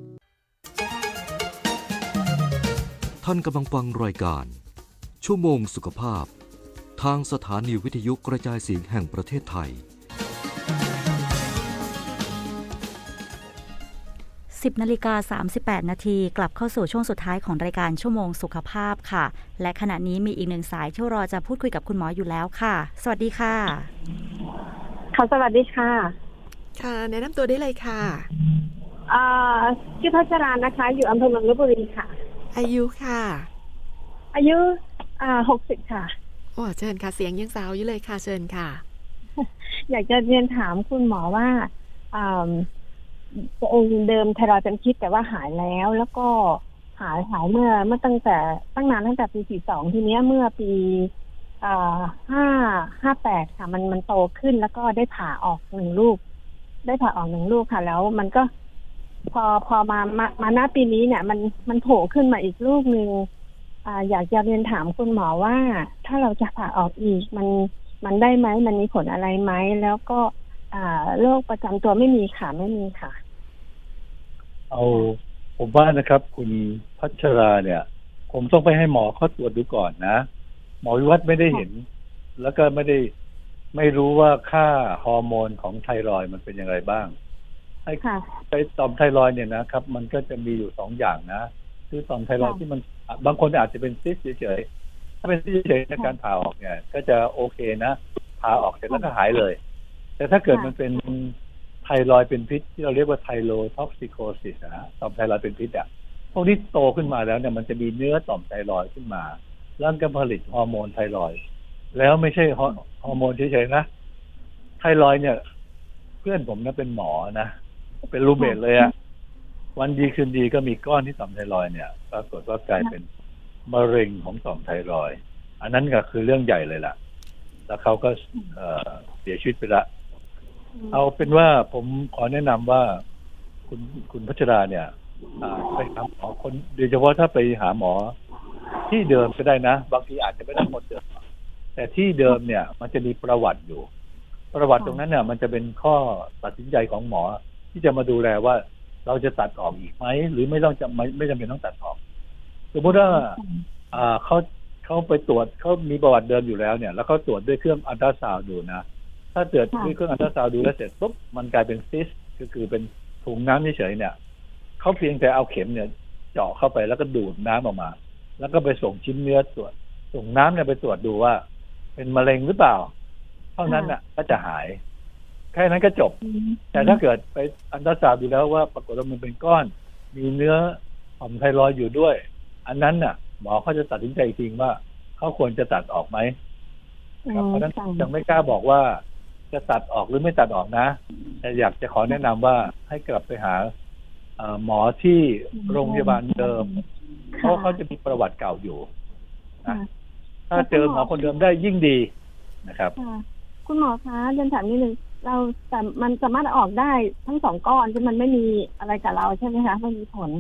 ท่านกำลังฟังรายการชั่วโมงสุขภาพทางสถานีวิทยุกระจายเสียงแห่งประเทศไทย 10:38 น.กลับเข้าสู่ช่วงสุดท้ายของรายการชั่วโมงสุขภาพค่ะและขณะนี้มีอีกหนึ่งสายที่รอจะพูดคุยกับคุณหมออยู่แล้วค่ะสวัสดีค่ะค่ะสวัสดีค่ะค่ะแนะนำตัวได้เลยค่ะชื่อพัชรานะคะอยู่อำเภอเมืองลพบุรีค่ะอายุค่ะอายุ60ค่ะโอ้เชิญค่ะเสียงยังสาวอยู่เลยค่ะเชิญค่ะอยากจะเรียนถามคุณหมอว่าตัวเองเดิมไทรอยด์เป็นพิษแต่ว่าหายแล้วก็หายเมื่อตั้งนานตั้งแต่ปี42ทีเนี้ยเมื่อปี58ค่ะมันโตขึ้นแล้วก็ได้ผ่าออก1ลูกค่ะแล้วมันก็พอมาณปีนี้เนี่ยมันโผล่ขึ้นมาอีกลูกนึงอยากจะเรียนถามคุณหมอว่าถ้าเราจะผ่าออกอีกมันได้ไหมมันมีผลอะไรไหมแล้วก็โรคประจำตัวไม่มีค่ะเอาผมว่านะครับคุณพัชราเนี่ยผมต้องไปให้หมอเขาตรวจดูก่อนนะหมอวิวัฒน์ไม่ได้เห็นแล้วก็ไม่รู้ว่าค่าฮอร์โมนของไทรอยด์มันเป็นอย่างไรบ้างไอ้ต่อมไทรอยด์เนี่ยนะครับมันก็จะมีอยู่2อย่างนะคือต่อมไทรอยด์ที่มันบางคนอาจจะเป็นซิสเฉยๆถ้าเป็นซิสเฉยๆในการผ่าออกเนี่ยก็จะโอเคนะผ่าออกเสร็จแล้วก็หายเลยแต่ถ้าเกิดมันเป็นไทรอยด์เป็นพิษที่เราเรียกว่าไทโรท็อกซิโคซิสนะต่อมไทรอยด์เป็นพิษอ่ะพวกนี้โตขึ้นมาแล้วเนี่ยมันจะมีเนื้อต่อมไทรอยด์ขึ้นมาแล้วก็ผลิตฮอร์โมนไทรอยด์แล้วไม่ใช่ฮอร์โมนเฉยๆนะไทรอยด์เนี่ยเพื่อนผมนะเป็นหมอนะเป็นรูเมทเลยอะวันดีคืนดีก็มีก้อนที่ต่อมไทรอยด์เนี่ยปรากฏว่ากลายเป็นมะเร็งของต่อมไทรอยด์อันนั้นก็คือเรื่องใหญ่เลยล่ะแล้วเขาก็เสียชีวิตไปละเอาเป็นว่าผมขอแนะนำว่าคุณพัชราเนี่ยไปหาหมอคนโดยเฉพาะถ้าไปหาหมอที่เดิมก็ได้นะบางทีอาจจะไม่ได้หมดเดิมแต่ที่เดิมเนี่ยมันจะมีประวัติอยู่ประวัติตรงนั้นเนี่ยมันจะเป็นข้อตัดสินใจของหมอที่จะมาดูแลว่าเราจะตัดออกอีกไหมหรือไม่จำเป็นต้องตัดออกสมมติว่าเขาไปตรวจเขามีประวัติเดิมอยู่แล้วเนี่ยแล้วเขาตรวจด้วยเครื่องอัลตราซาวด์ดูนะถ้าตรวจด้วยเครื่องอัลตราซาวด์ดูแล้วเสร็จปุ๊บมันกลายเป็นซิสก็คือเป็นถุงน้ำเฉยๆเนี่ยเขาเพียงแต่เอาเข็มเนี่ยเจาะเข้าไปแล้วก็ดูดน้ำออกมาแล้วก็ไปส่งชิ้นเนื้อตรวจส่งน้ำเนี่ยไปตรวจดูว่าเป็นมะเร็งหรือเปล่าเท่านั้นน่ะก็จะหายแค่นั้นก็จบแต่ถ้าเกิดไปอัลตราซาวด์ดูแล้วว่าปรากฏว่ามันเป็นก้อนมีเนื้อต่อมไทรอยด์อยู่ด้วยอันนั้นน่ะหมอเขาจะตัดสินใจจริงว่าเขาควรจะตัดออกไหมเพราะฉะนั้นยังไม่กล้าบอกว่าจะตัดออกหรือไม่ตัดออกนะแต่อยากจะขอแนะนำว่าให้กลับไปหาหมอที่โรงพยาบาลเดิมเพราะเขาจะมีประวัติเก่าอยู่นะถ้าเจอหมอคนเดิมได้ยิ่งดีนะครับคุณหมอคะเรียนถามนิดนึงเราแต่มันสามารถออกได้ทั้งสองก้อนที่มันไม่มีอะไรกับเราใช่ไหมคะไม่มีผล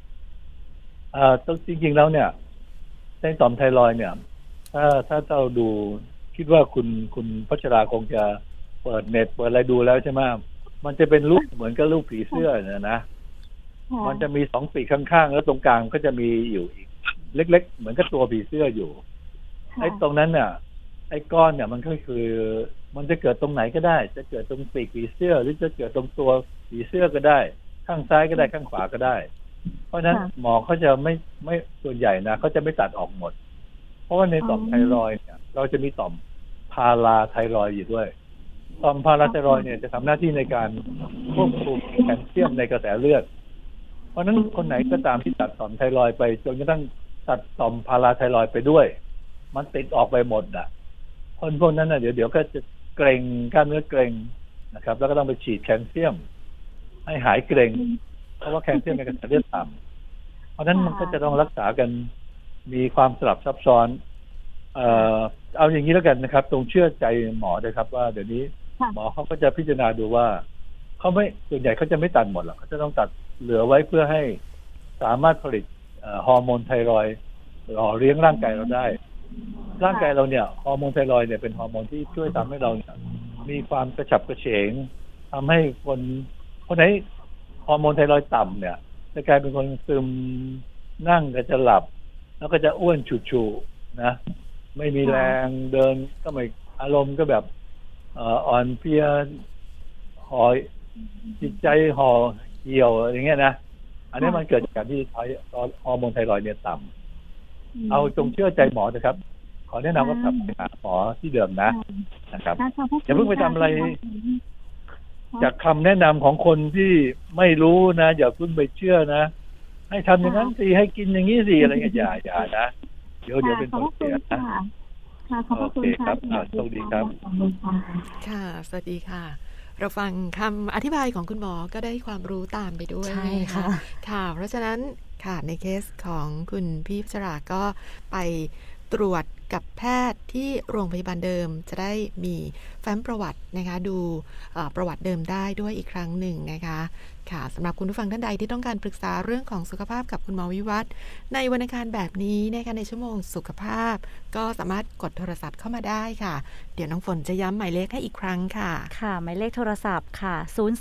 จริงๆแล้วเนี่ยในต่อมไทรอยด์เนี่ยถ้าเราดูคิดว่าคุณพัชราคงจะเปิดเน็ตเปิดอะไรดูแล้วใช่ไหมมันจะเป็นรูปเหมือนกับรูปผีเสื้อเนี่ยนะมันจะมีสองปีกข้างๆแล้วตรงกลางก็จะมีอยู่อีกเล็กๆเหมือนกับตัวผีเสื้ออยู่ไอ้ตรงนั้นเนี่ยไอ้ก้อนเนี่ยมันก็คือมันจะเกิดตรงไหนก็ได้จะเกิดตรงปีกผีเสื้อหรือจะเกิดตรงตัวผีเสื้อก็ได้ข้างซ้ายก็ได้ข้างขวาก็ได้เพราะฉะนั้นหมอเขาจะไม่ส่วนใหญ่นะเขาจะไม่ตัดออกหมดเพราะว่าในต่อมไทรอยด์เนี่ยเราจะมีต่อมพาราไทรอยด์อยู่ด้วยต่อมพาราไทรอยด์เนี่ยจะทำหน้าที่ในการควบคุมแคลเซียมในกระแสเลือดเพราะฉะนั้นคนไหนก็ตามที่ตัดต่อมไทรอยด์ไปจนกระทั่งตัดต่อมพาราไทรอยด์ไปด้วยมันติดออกไปหมดอ่ะคนพวกนั้นน่ะเดี๋ยวก็จะเกร็งกล้ามเนื้อเกร็งนะครับแล้วก็ต้องไปฉีดแคลเซียมให้หายเกร็งเพราะว่าแคลเซียมในกระแสเลือดต่ำเพราะฉะนั้นมันก็จะต้องรักษากันมีความสลับซับซ้อนเอาอย่างนี้แล้วกันนะครับตรงเชื่อใจหมอเลยครับว่าเดี๋ยวนี้หมอเขาก็จะพิจารณาดูว่าเขาไม่ส่วนใหญ่เขาจะไม่ตัดหมดหรอกเขาจะต้องตัดเหลือไว้เพื่อให้สามารถผลิตฮอร์โมนไทรอยด์หล่อเลี้ยงร่างกายเราได้ร่างกายเราเนี่ยฮอร์โมนไทรอยด์เนี่ยเป็นฮอร์โมนที่ช่วยทำให้เรามีความกระฉับกระเฉงทำให้คนไหนฮอร์โมนไทรอยด์ต่ำเนี่ยจะกลายเป็นคนซึมนั่งก็จะหลับแล้วก็จะอ้วนฉุๆนะไม่มีแรงเดินก็ไม่อารมณ์ก็แบบอ่อนเพลียห่อจิตใจห่อเหี่ยวอย่างเงี้ยนะอันนี้มันเกิดจากการที่ฮอร์โมนไทรอยด์เนี่ยต่ำเอาจงเชื่อใจหมอนะครับขอแนะนำว่ากลับไปหาหมอที่เดิมนะครับอย่าเพิ่งไปทำอะไรจากคำแนะนำของคนที่ไม่รู้นะอย่าเพิ่งไปเชื่อนะให้ทำอย่างนั้นสิให้กินอย่างนี้สิอะไรเงี้ยอย่านะเดี๋ยวเป็นผลเสียนะโอเคครับสวัสดีครับค่ะสวัสดีค่ะเราฟังคำอธิบายของคุณหมอก็ได้ความรู้ตามไปด้วยใช่ค่ะค่ะเพราะฉะนั้นค่ะในเคสของคุณพี่พัชราก็ไปตรวจกับแพทย์ที่โรงพยาบาลเดิมจะได้มีแฟ้มประวัตินะคะดูประวัติเดิมได้ด้วยอีกครั้งหนึ่งนะคะค่ะสำหรับคุณผู้ฟังท่านใดที่ต้องการปรึกษาเรื่องของสุขภาพกับคุณหมอวิวัฒน์ในวันอังคารแบบนี้นะคะในชั่วโมงสุขภาพก็สามารถกดโทรศัพท์เข้ามาได้ค่ะเดี๋ยวน้องฝนจะย้ำหมายเลขให้อีกครั้งค่ะค่ะหมายเลขโทรศัพท์ค่ะ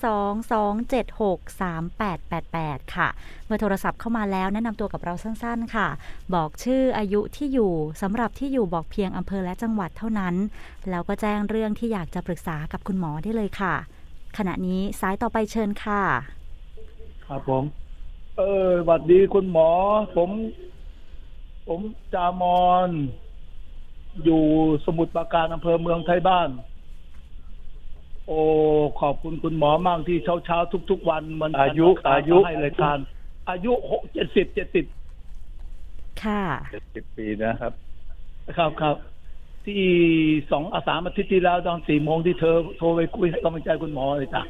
022763888ค่ะเมื่อโทรศัพท์เข้ามาแล้วแนะนำตัวกับเราสั้นๆค่ะบอกชื่ออายุที่อยู่สำหรับที่อยู่บอกเพียงอำเภอและจังหวัดเท่านั้นแล้วก็แจ้งเรื่องที่อยากจะปรึกษากับคุณหมอได้เลยค่ะขณะนี้สายต่อไปเชิญค่ะครับผมสวัสดีคุณหมอผมจามอนอยู่สมุทรปราการอำเภอเมืองไทยบ้านโอ้ขอบคุณคุณหมอมากที่เช้าทุกวันมันอายุให้รายการอายุ70 ค่ะ 70 ปีนะครับครับที่2 3 อาทิตย์ที่แล้วตอน 4 โมงที่เธอโทรไปคุยให้กำลังใจคุณหมอเลยจ้ะ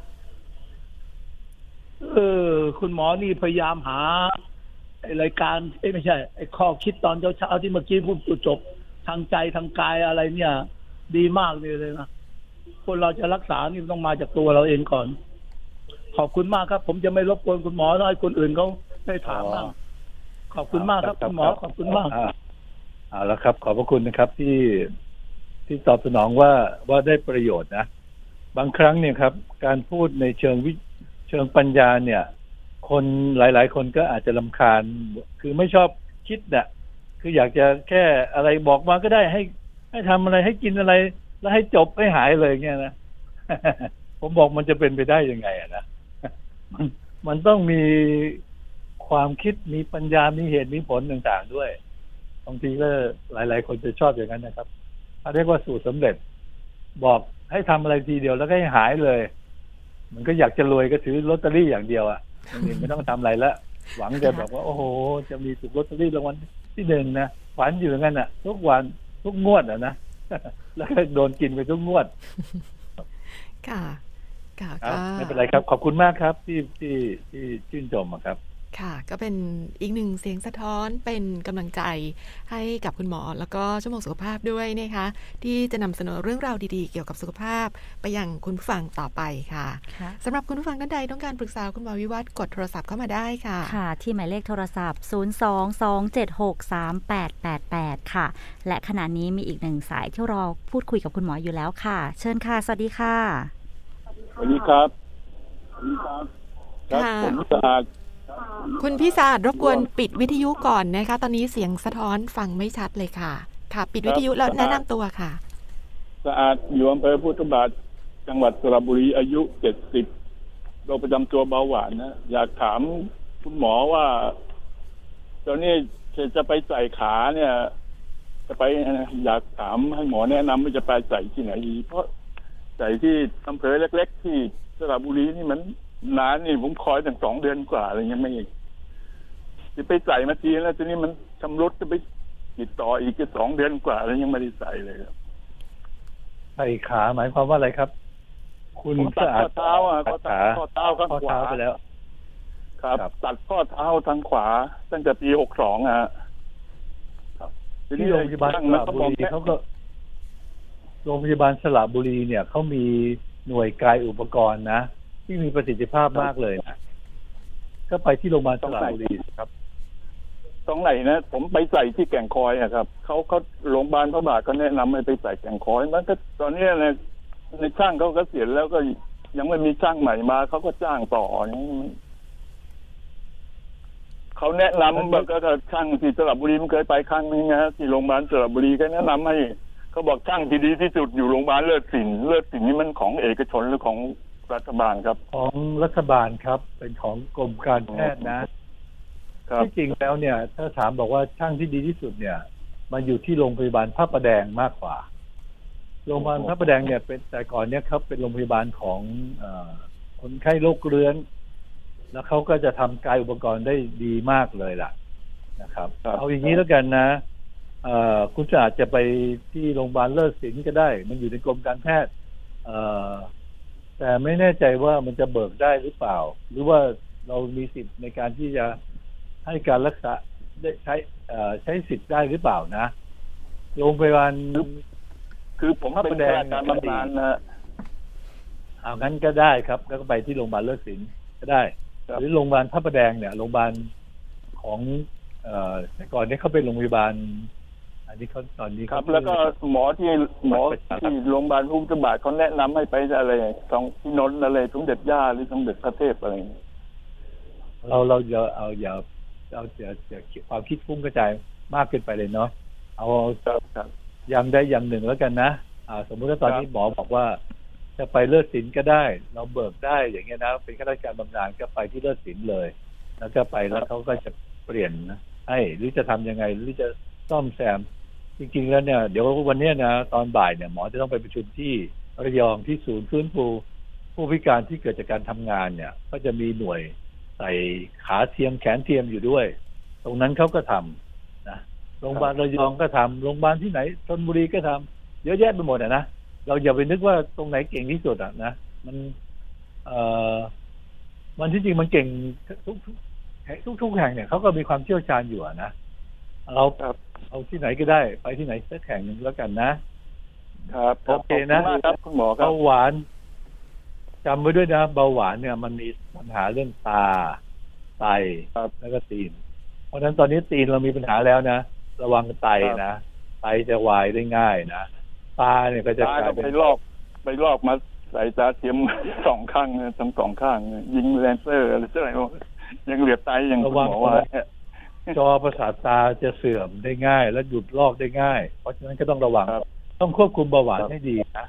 คุณหมอนี่พยายามหารายการไม่ใช่ข้อคิดตอนเช้าที่เมื่อกี้พูดจบทางใจทางกายอะไรเนี่ยดีมากเลยนะคนเราจะรักษานี่ต้องมาจากตัวเราเองก่อนขอบคุณมากครับผมจะไม่รบกวนคุณหมอให้คนอื่นเขาได้ถามบ้างขอบคุณมากครับคุณหมอขอบคุณมากเอาละครับขอบพระคุณนะครับที่ตอบสนองว่าได้ประโยชน์นะบางครั้งเนี่ยครับการพูดในเชิงปัญญาเนี่ยคนหลายๆคนก็อาจจะรำคาญคือไม่ชอบคิดน่ะคืออยากจะแค่อะไรบอกมาก็ได้ให้ทำอะไรให้กินอะไรแล้วให้จบให้หายเลยเงี้ยนะ ผมบอกมันจะเป็นไปได้ยังไงอะนะ มันต้องมีความคิดมีปัญญามีเหตุมีผลต่างๆด้วยบางทีก็หลายๆคนจะชอบอย่างนั้นนะครับเขาเรียกว่าสูตรสำเร็จบอกให้ทำอะไรทีเดียวแล้วก็ให้หายเลยมันก็อยากจะรวยก็ถือลอตเตอรี่อย่างเดียวอ่ะไม่ต้องทำอะไรละหวังจะแบบว่าโอ้โหจะมีถูกลอตเตอรี่รางวัลที่หนึ่งนะฝันอยู่อย่างนั้นอ่ะทุกวันทุกงวดอ่ะนะ แล้วก็โดนกินไปทุกงวดค่ะไม่เป็นไรครับขอบคุณมากครับที่ชื่นชมครับค่ะก็เป็นอีกหนึ่งเสียงสะท้อนเป็นกำลังใจให้กับคุณหมอแล้วก็ชั่วโมงสุขภาพด้วยนะคะที่จะนำเสนอเรื่องราวดีๆเกี่ยวกับสุขภาพไปยังคุณผู้ฟังต่อไปค่ะสำหรับคุณผู้ฟังท่านใดต้องการปรึกษาคุณหมอวิวัฒน์กดโทรศัพท์เข้ามาได้ค่ะค่ะที่หมายเลขโทรศัพท์022763888ค่ะและขณะนี้มีอีกหนึ่งสายที่รอพูดคุยกับคุณหมออยู่แล้วค่ะเชิญค่ะสวัสดีค่ะสวัสดีครับผมสะอาดคุณพี่สะอาดรบกวนปิดวิทยุก่อนนะคะตอนนี้เสียงสะท้อนฟังไม่ชัดเลยค่ะค่ะปิดวิทยุแล้วแนะนำตัวค่ะสะอาดอยู่อำเภอพุทธบาทจังหวัดสระบุรีอายุ70โรคประจำตัวเบาหวานนะอยากถามคุณหมอว่าตอนนี้จะไปใส่ขาเนี่ยจะไปอยากถามให้หมอแนะนำว่าจะไปใส่ที่ไหนดีเพราะใส่ที่อำเภอเล็กๆที่สระบุรีนี่มันนานนี่ผมคอยตั้ง2 เดือนกว่าอะไรเงี้ยไม่จะไปใส่มาทีแล้วทีนี้มันชำรุดจะไปติดต่ออีกจะ2 เดือนกว่าแล้วยังไม่ได้ใส่เลยครับใส่ขาหมายความว่าอะไรครับคุณสะอาดข้อเท้าข้อเท้าข้างขวาไปแล้วครับตัดข้อเท้าทางขวาตั้งแต่ปี62 ที่โรงพยาบาลสระบุรีเขาก็โรงพยาบาลสระบุรีเนี่ยเขามีหน่วยกายอุปกรณ์นะที่มีประสิทธิภาพมากเลยนะก็ไปที่โรงพยาบาลสระบุรีครับตรงไหนนะผมไปใส่ที่แก่งคอยครับเขาโรงพยาบาลพระบาทก็แนะนำให้ไปใส่แก่งคอยมันก็ตอนนี้ในช่างเขาเกษียณแล้วก็ยังไม่มีช่างใหม่มาเขาก็จ้างต่อเขาแนะนำแบบก็ช่างที่สระบุรีมันเคยไปครั้งนึงนะที่โรงพยาบาลสระบุรีก็แนะนำให้เขาบอกช่างที่ดีที่สุดอยู่โรงพยาบาลเลิศศิลป์นี่มันของเอกชนหรือของรัฐบาลครับของรัฐบาลครับเป็นของกรมการแพทย์นะที่จริงแล้วเนี่ยถ้าถามบอกว่าช่างที่ดีที่สุดเนี่ยมันอยู่ที่โรงพยาบาลพระประแดงมากกว่าโรงพยาบาลพระประแดงเนี่ยเป็นแต่ก่อนเนี่ยครับเป็นโรงพยาบาลของคนไข้โรคเรื้อนแล้วเขาก็จะทำกายอุปกรณ์ได้ดีมากเลยล่ะนะครับเอาอย่างนี้แล้วกันนะคุณอาจจะไปที่โรงพยาบาลเลิศศิลป์ก็ได้มันอยู่ในกรมการแพทย์แต่ไม่แน่ใจว่ามันจะเบิกได้หรือเปล่าหรือว่าเรามีสิทธิ์ในการที่จะให้การรักษาได้ใช้สิทธิ์ได้หรือเปล่านะโรงพยาบาลคือผมเป็นข้าราชการบำนาญนะเอางั้นก็ได้ครับแล้วก็ไปที่โรงพยาบาลเลิศศิลป์ก็ได้หรือโรงพยาบาลพระประแดงเนี่ยโรงพยาบาลของแต่ก่อนนี้เขาเป็นโรงพยาบาลอันนี้เขาตอนนี้ครับแล้วก็หมอที่โรงพยาบาลพุทธบาทเขาแนะนำให้ไปอะไรที่นนท์อะไรสมเด็จย่าหรือสมเด็จพระเทพอะไรเราอย่าความคิดฟุ้งกระจายมากเกินไปเลยเนาะเอาอย่างใดอย่างหนึ่งแล้วกันนะสมมติว่าตอนนี้หมอบอกว่าจะไปเลิศศิลป์ก็ได้เราเบิกได้อย่างเงี้ยนะเป็นข้าราชการบำนาญก็ไปที่เลิศศิลป์เลยแล้วก็ไปแล้วเขาก็จะเปลี่ยนนะให้หรือจะทำยังไงหรือจะซ่อมแซมจริงๆแล้วเนี่ยเดี๋ยววันนี้นะตอนบ่ายเนี่ยหมอจะต้องไปประชุมที่ระยองที่ศูนย์ฟื้นฟูผู้พิการที่เกิดจากการทำงานเนี่ยก็จะมีหน่วยใส่ขาเทียมแขนเทียมอยู่ด้วยตรงนั้นเขาก็ทำนะโรงพยาบาลระยองก็ทำโรงพยาบาลที่ไหนชลบุรีก็ทำเยอะแยะไปหมดนะเราอย่าไปนึกว่าตรงไหนเก่งที่สุดนะมันที่จริงมันเก่งทุกแห่งเนี่ยเขาก็มีความเชี่ยวชาญอยู่นะเราเอาที่ไหนก็ได้ไปที่ไหนสักแห่งหนึ่งแล้วกันนะครับโอเคนะครับคุณหมอครับเบาหวานจำไว้ด้วยนะเบาหวานเนี่ยมันมีปัญหาเรื่องตาไตแล้วก็ตีนเพราะฉะนั้นตอนนี้ตีนเรามีปัญหาแล้วนะระวังไตนะไตจะวายได้ง่ายนะตาเนี่ยก็จะกลายเป็นไปลอกมาใส่ตาเทียม2 ข้างทั้ง2 ข้างยิงเลเซอร์อะไรสักอย่างยังเหลือบตายอย่างคุณหมอว่าจอประสาทตาจะเสื่อมได้ง่ายและหยุดลอกได้ง่ายเพราะฉะนั้นก็ต้องระวังต้องควบคุมเบาหวานให้ดีนะ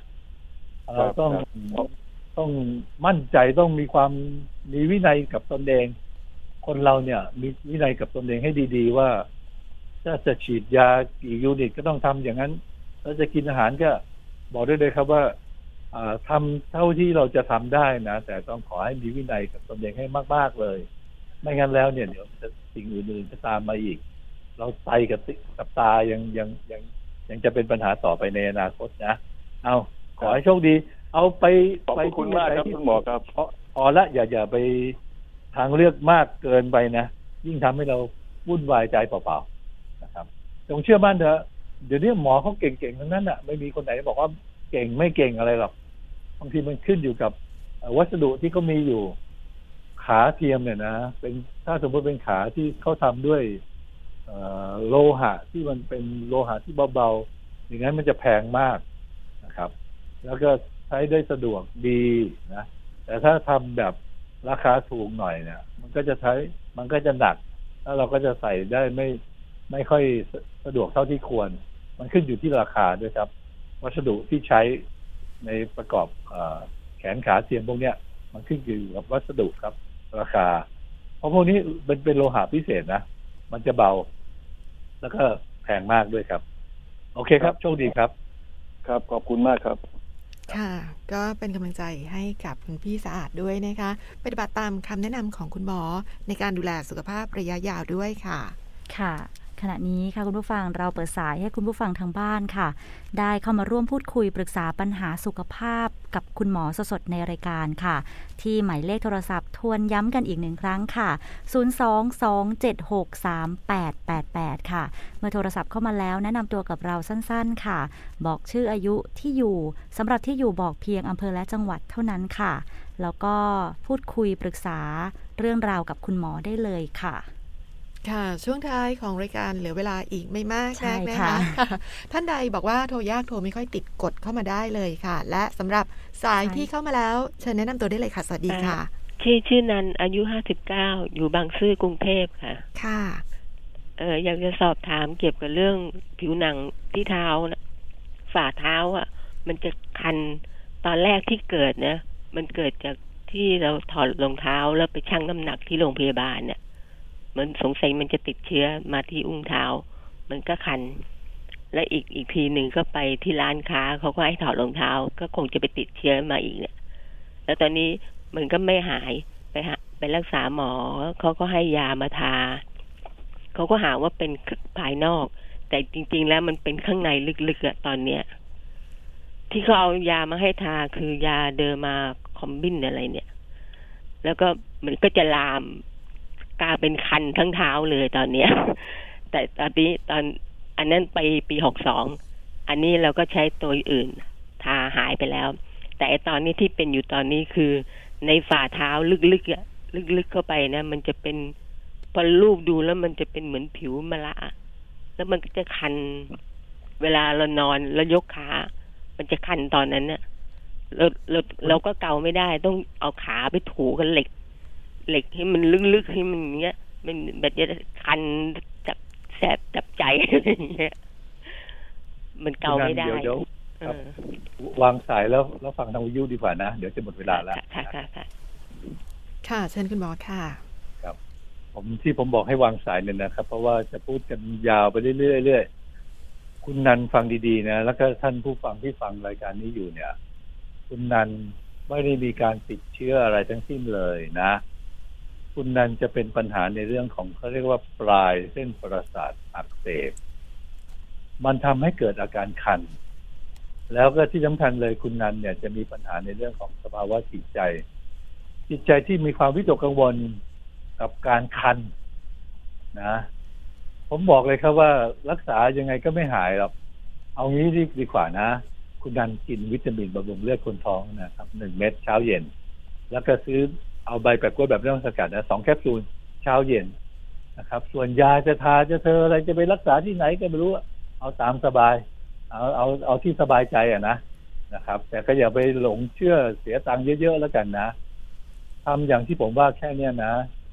ต้องมั่นใจต้องมีวินัยกับตนเองคนเราเนี่ยมีวินัยกับตนเองให้ดีๆว่าถ้าจะฉีดยากี่ยูนิตก็ต้องทำอย่างนั้นแล้วจะกินอาหารก็บอกได้เลยครับว่าทำเท่าที่เราจะทำได้นะแต่ต้องขอให้มีวินัยกับตนเองให้มากๆเลยไม่งั้นแล้วเนี่ยเดี๋ยวสิ่งอื่นๆจะตามมาอีกเราไตกับตายังจะเป็นปัญหาต่อไปในอนาคตนะเอาขอให้โชคดีเอาไปขอบคุณมากครับคุณหมอครับพอละอย่าไปทางเลือกมากเกินไปนะยิ่งทำให้เราวุ่นวายใจเปล่าๆนะครับจงเชื่อมั่นเถอะเดี๋ยวนี้หมอเขาเก่งๆทั้งนั้นอ่ะไม่มีคนไหนบอกว่าเก่งไม่เก่งอะไรหรอกบางทีมันขึ้นอยู่กับวัสดุที่เขามีอยู่ขาเทียมเนี่ยนะเป็นถ้าสมมติเป็นขาที่เขาทำด้วยโลหะที่มันเป็นโลหะที่เบาๆอย่างนั้นมันจะแพงมากนะครับแล้วก็ใช้ได้สะดวกดีนะแต่ถ้าทำแบบราคาถูกหน่อยเนี่ยมันก็จะหนักแล้วเราก็จะใส่ได้ไม่ค่อยสะดวกเท่าที่ควรมันขึ้นอยู่ที่ราคาด้วยครับวัสดุที่ใช้ในประกอบแขนขาเทียมพวกเนี้ยมันขึ้นอยู่กับวัสดุครับราคาเพราะพวกนี้เป็นโลหะพิเศษนะมันจะเบาแล้วก็แพงมากด้วยครับโอเคครับโชคดีครับครับขอบคุณมากครับค่ะก็เป็นกำลังใจให้กับคุณพี่สะอาดด้วยนะคะปฏิบัติตามคำแนะนำของคุณหมอในการดูแลสุขภาพระยะยาวด้วยค่ะค่ะขณะนี้ค่ะคุณผู้ฟังเราเปิดสายให้คุณผู้ฟังทางบ้านค่ะได้เข้ามาร่วมพูดคุยปรึกษาปัญหาสุขภาพกับคุณหมอสดๆในรายการค่ะที่หมายเลขโทรศัพท์ทวนย้ำกันอีกหนึ่งครั้งค่ะ022763888ค่ะเมื่อโทรศัพท์เข้ามาแล้วแนะนำตัวกับเราสั้นๆค่ะบอกชื่ออายุที่อยู่สำหรับที่อยู่บอกเพียงอำเภอและจังหวัดเท่านั้นค่ะแล้วก็พูดคุยปรึกษาเรื่องราวกับคุณหมอได้เลยค่ะค่ะช่วงท้ายของรายการเหลือเวลาอีกไม่มากนะคะท่านใดบอกว่าโทรยากโทรไม่ค่อยติดกดเข้ามาได้เลยค่ะและสำหรับสายที่เข้ามาแล้วเชิญแนะนำตัวได้เลยค่ะสวัสดีค่ะชื่อนันอายุ59อยู่บางซื่อกรุงเทพค่ะค่ะอยากจะสอบถามเกี่ยวกับเรื่องผิวหนังที่เท้านะฝ่าเท้าอ่ะมันจะคันตอนแรกที่เกิดนะมันเกิดจากที่เราถอดรองเท้าแล้วไปชั่งน้ำหนักที่โรงพยาบาลเนี่ยมันสงสัยมันจะติดเชื้อมาที่อุ้งเท้ามันก็คันและอีกทีหนึ่งก็ไปที่ร้านค้าเขาก็ให้ถอดรองเท้าก็คงจะไปติดเชื้อมาอีกเนี่ยแล้วตอนนี้มันก็ไม่หายไปรักษาหมอเขาก็ให้ยามาทาเขาก็หาว่าเป็นภายนอกแต่จริงๆแล้วมันเป็นข้างในลึกๆอะตอนเนี้ยที่เขาเอายามาให้ทาคือยาเดอร์มาคอมบินอะไรเนี่ยแล้วก็มันก็จะลามกลายเป็นคันทั้งเท้าเลยตอนเนี้ยแต่ตอนนี้อันนั้นไปปี62อันนี้เราก็ใช้ตัวอื่นทาหายไปแล้วแต่ตอนนี้ที่เป็นอยู่ตอนนี้คือในฝ่าเท้าลึกๆอ่ะลึกๆเข้าไปนะมันจะเป็นพอลูบดูแล้วมันจะเป็นเหมือนผิวมะละแล้วมันก็จะคันเวลาเรานอนแล้วยกขามันจะคันตอนนั้นเนี่ยเราก็เกาไม่ได้ต้องเอาขาไปถูกันเหล็กให้มันลึกๆให้มันอย่างเงี้ยมันแบบจะคันจับแสบจับใจอะไรอย่างเงี้ยมันเกาไม่ได้เดี๋ยววางสายแล้วฟังทางวิทยุดีกว่านะเดี๋ยวจะหมดเวลาแล้วค่ะเชิญคุณหมอค่ะครับผมบอกให้วางสายเนี่ยนะครับเพราะว่าจะพูดกันยาวไปเรื่อยๆคุณนันฟังดีๆนะแล้วก็ท่านผู้ฟังที่ฟังรายการนี้อยู่เนี่ยคุณนันไม่ได้มีการติดเชื้ออะไรทั้งสิ้นเลยนะคุณนันจะเป็นปัญหาในเรื่องของเขาเรียกว่าปลายเส้นประสาทอักเสบมันทำให้เกิดอาการคันแล้วก็ที่สำคัญเลยคุณนันเนี่ยจะมีปัญหาในเรื่องของสภาวะจิตใจที่มีความวิตกกังวลกับการคันนะผมบอกเลยครับว่ารักษายังไงก็ไม่หายหรอกเอางี้ดีกว่านะคุณนันกินวิตามินบำรุงเลือดคนท้องนะครับ1 เม็ดเช้าเย็นแล้วก็ซื้อเอาใบแปะกล้วยแบบไม่ต้องสกัดนะ2 แคปซูลเช้าเย็นนะครับส่วนยาจะทาจะเธออะไรจะไปรักษาที่ไหนก็ไม่รู้เอาตามสบายเอาที่สบายใจนะครับแต่ก็อย่าไปหลงเชื่อเสียตังค์เยอะๆแล้วกันนะทำอย่างที่ผมว่าแค่นี้นะ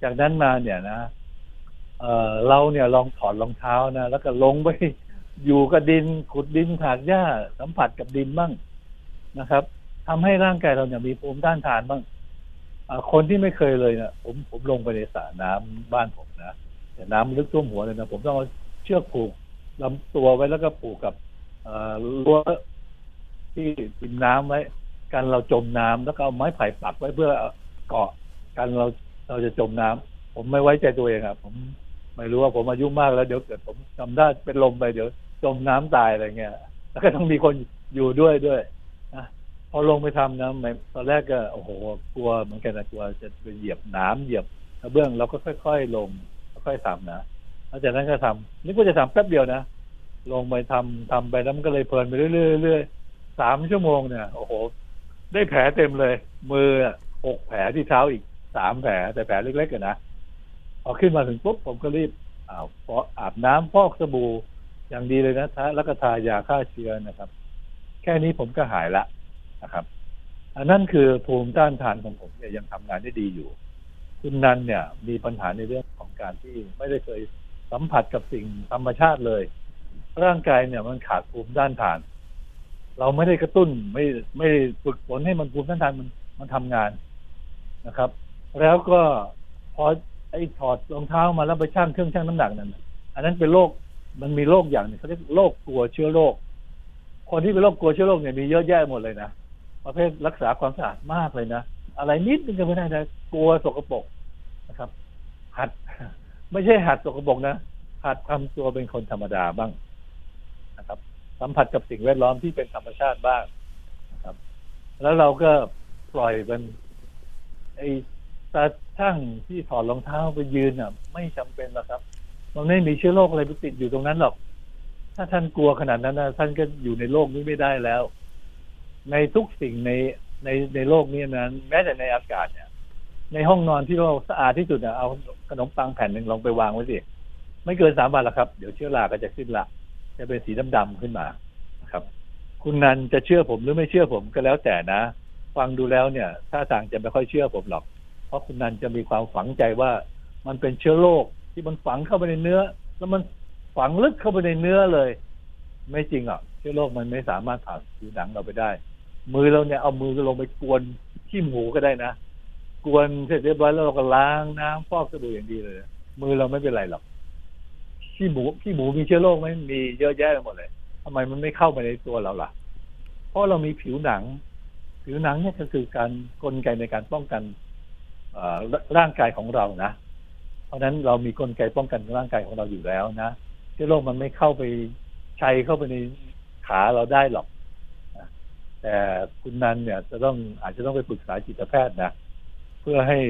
จากนั้นมาเนี่ยนะเราเนี่ยลองถอดรองเท้านะแล้วก็ลงไปอยู่กับดินขุดดินถากหญ้าสัมผัสกับดินบ้างนะครับทำให้ร่างกายเราเนี่ยมีภูมิต้านทานบ้างคนที่ไม่เคยเลยนะผมลงไปในสระน้ำบ้านผมนะแต่น้ำลึกท่วมหัวเลยนะผมต้องเอาเชือกผูกลำตัวไว้แล้วก็ผูกกับรั้วที่ติมน้ำไว้กันเราจมน้ำแล้วก็เอาไม้ไผ่ปักไว้เพื่อเกาะกันเราจะจมน้ำผมไม่ไว้ใจตัวเองอ่ะผมไม่รู้ว่าผมอายุมากแล้วเดี๋ยวเกิดผมจำได้เป็นลมไปเดี๋ยวจมน้ำตายอะไรเงี้ยแล้วก็ต้องมีคนอยู่ด้วยนะพอลงไปทำนะตอนแรกก็โอ้โหกลัวเหมือนกันนะกลัวจะไปเหยียบน้ำเหยียบกระเบื้องเราก็ค่อยๆลงค่อยๆทำนะแล้วจากนั้นก็ทำนี่ก็จะทำแป๊บเดียวนะลงไปทำไปแล้วมันก็เลยเพลินไปเรื่อยๆ3 ชั่วโมงเนี่ยโอ้โหได้แผลเต็มเลยมือ6 แผลที่เท้าอีก3 แผลแต่แผลเล็กๆกันนะพอขึ้นมาถึงปุ๊บผมก็รีบอาบน้ำฟอกสบู่อย่างดีเลยนะแล้วก็ทายาฆ่าเชื้อนะครับแค่นี้ผมก็หายละนะครับอันนั้นคือภูมิต้านทานของผมเนี่ยยังทำงานได้ดีอยู่คุณนันเนี่ยมีปัญหาในเรื่องของการที่ไม่ได้เคยสัมผัสกับสิ่งธรรมชาติเลยร่างกายเนี่ยมันขาดภูมิต้านทานเราไม่ได้กระตุ้นไม่ฝึกฝนให้มันภูมิต้านทานมันทำงานนะครับแล้วก็พอถอดรองเท้ามาแล้วไปชั่งเครื่องชั่งน้ำหนักนั่นอันนั้นเป็นโรคมันมีโรคอย่างนึงเขาเรียกโรคกลัวเชื้อโรคคนที่เป็นโรคกลัวเชื้อโรคเนี่ยมีเยอะแยะหมดเลยนะประเภทรักษาความสะอาดมากเลยนะอะไรนิดนึงก็ไม่ได้นะกลัวสกปรกนะครับหัดไม่ใช่หัดสกปรกนะหัดทำตัวเป็นคนธรรมดาบ้างนะครับสัมผัสกับสิ่งแวดล้อมที่เป็นธรรมชาติบ้างนะครับแล้วเราก็ปล่อยเป็นตาช่างที่ถอดรองเท้าไปยืนไม่จำเป็นหรอกครับมันไม่มีเชื้อโรคอะไรไปติดอยู่ตรงนั้นหรอกถ้าท่านกลัวขนาดนั้นนะท่านก็อยู่ในโลกนี้ไม่ได้แล้วในทุกสิ่งในโลกนี้นั้นแม้แต่ในอากาศเนี่ยในห้องนอนที่เราสะอาดที่สุดเอาขนมปังแผ่นหนึ่งลองไปวางไว้สิไม่เกิน3 วันหรอกครับเดี๋ยวเชื้อราก็จะขึ้นละจะเป็นสีดำๆขึ้นมาครับคุณนันจะเชื่อผมหรือไม่เชื่อผมก็แล้วแต่นะฟังดูแล้วเนี่ยท่าทางจะไม่ค่อยเชื่อผมหรอกเพราะคุณนันจะมีความฝังใจว่ามันเป็นเชื้อโรคที่มันฝังเข้าไปในเนื้อแล้วมันฝังลึกเข้าไปในเนื้อเลยไม่จริงอ่ะเชื้อโรคมันไม่สามารถผ่านผิวหนังเราไปได้มือเราเนี่ยเอามือลงไปกวนขี้หมูก็ได้นะกวนเสร็จเรียบร้อยแล้วเราก็ล้างน้ำฟอกสบู่อย่างดีเลยมือเราไม่เป็นไรหรอกขี้หมูมีเชื้อโรคไหมมีเยอะแยะไปหมดเลยทำไมมันไม่เข้าไปในตัวเราล่ะเพราะเรามีผิวหนังเนี่ยก็คือการกลไกในการป้องกันร่างกายของเรานะเพราะฉะนั้นเรามีกลไกป้องกันร่างกายของเราอยู่แล้วนะเชื้อโรคมันไม่เข้าไปชัยเข้าไปในขาเราได้หรอกแต่คุณนันเนี่ยอาจจะต้องไปปรึกษาจิตแพทย์นะเพื่อให้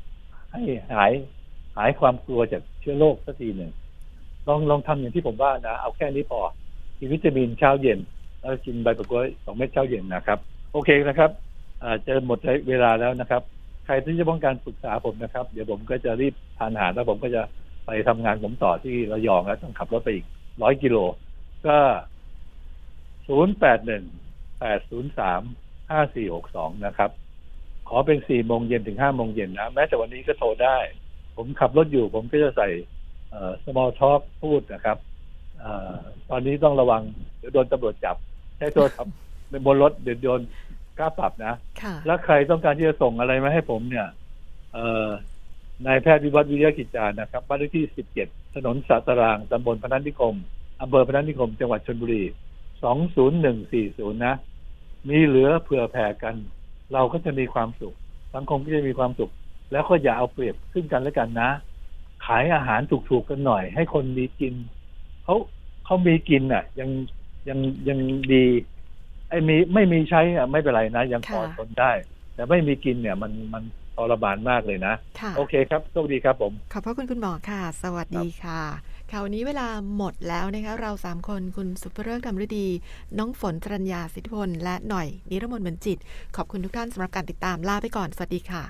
หายความกลัวจากเชื้อโรคสักทีหนึ่งลองทำอย่างที่ผมว่านะเอาแค่นี้พอกินวิตามินเช้าเย็นแล้วกินใบประกล้วย2 เม็ดเช้าเย็นนะครับโอเคนะครับจะหมดเวลาแล้วนะครับใครที่จะต้องการปรึกษาผมนะครับเดี๋ยวผมก็จะรีบทานอาหารแล้วผมก็จะไปทำงานผมต่อที่ระยองแล้วต้องขับรถไปอีก100 กิโลก็0818035462นะครับขอเป็น4 โมงเย็นถึง5 โมงเย็นนะแม้แต่วันนี้ก็โทรได้ผมขับรถอยู่ผมก็จะใส่small talk พูดนะครับตอนนี้ต้องระวังเดี๋ยวโดนตำรวจจับใช้โทรศัพท์ในบนรถเดี๋ยวโดนค่าปรับนะแล้วใครต้องการที่จะส่งอะไรมาให้ผมเนี่ยนายแพทย์วิวัฒน์วิริยะกิจจานะครับบ้านเลขที่17ถนนสะตารางตำบลพนัสนิคมอำเภอพนัสนิคมจังหวัดชลบุรี20140นะมีเหลือเผื่อแผ่กันเราก็จะมีความสุขสังคมก็จะมีความสุขแล้วก็อย่าเอาเปรียบซึ่งกันและกันนะขายอาหารถูกๆกันหน่อยให้คนมีกินเขามีกินยังดีไม่มีใช้ไม่เป็นไรนะยังพอทนได้แต่ไม่มีกินเนี่ยมันทรมานมากเลยนะโอเคครับโชคดีครับผมขอบพระคุณหมอค่ะสวัสดีค่ะค่ะวันนี้เวลาหมดแล้วนะคะเรา3 คนคุณสุภเริก ธรรมฤดีน้องฝนจรัญญาสิทธิพลและหน่อยนิรมนต์เหมือนจิตขอบคุณทุกท่านสำหรับการติดตามลาไปก่อนสวัสดีค่ะ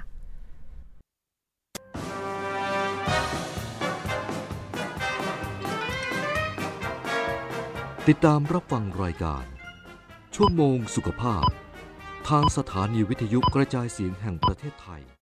ติดตามรับฟังรายการชั่วโมงสุขภาพทางสถานีวิทยุกระจายเสียงแห่งประเทศไทย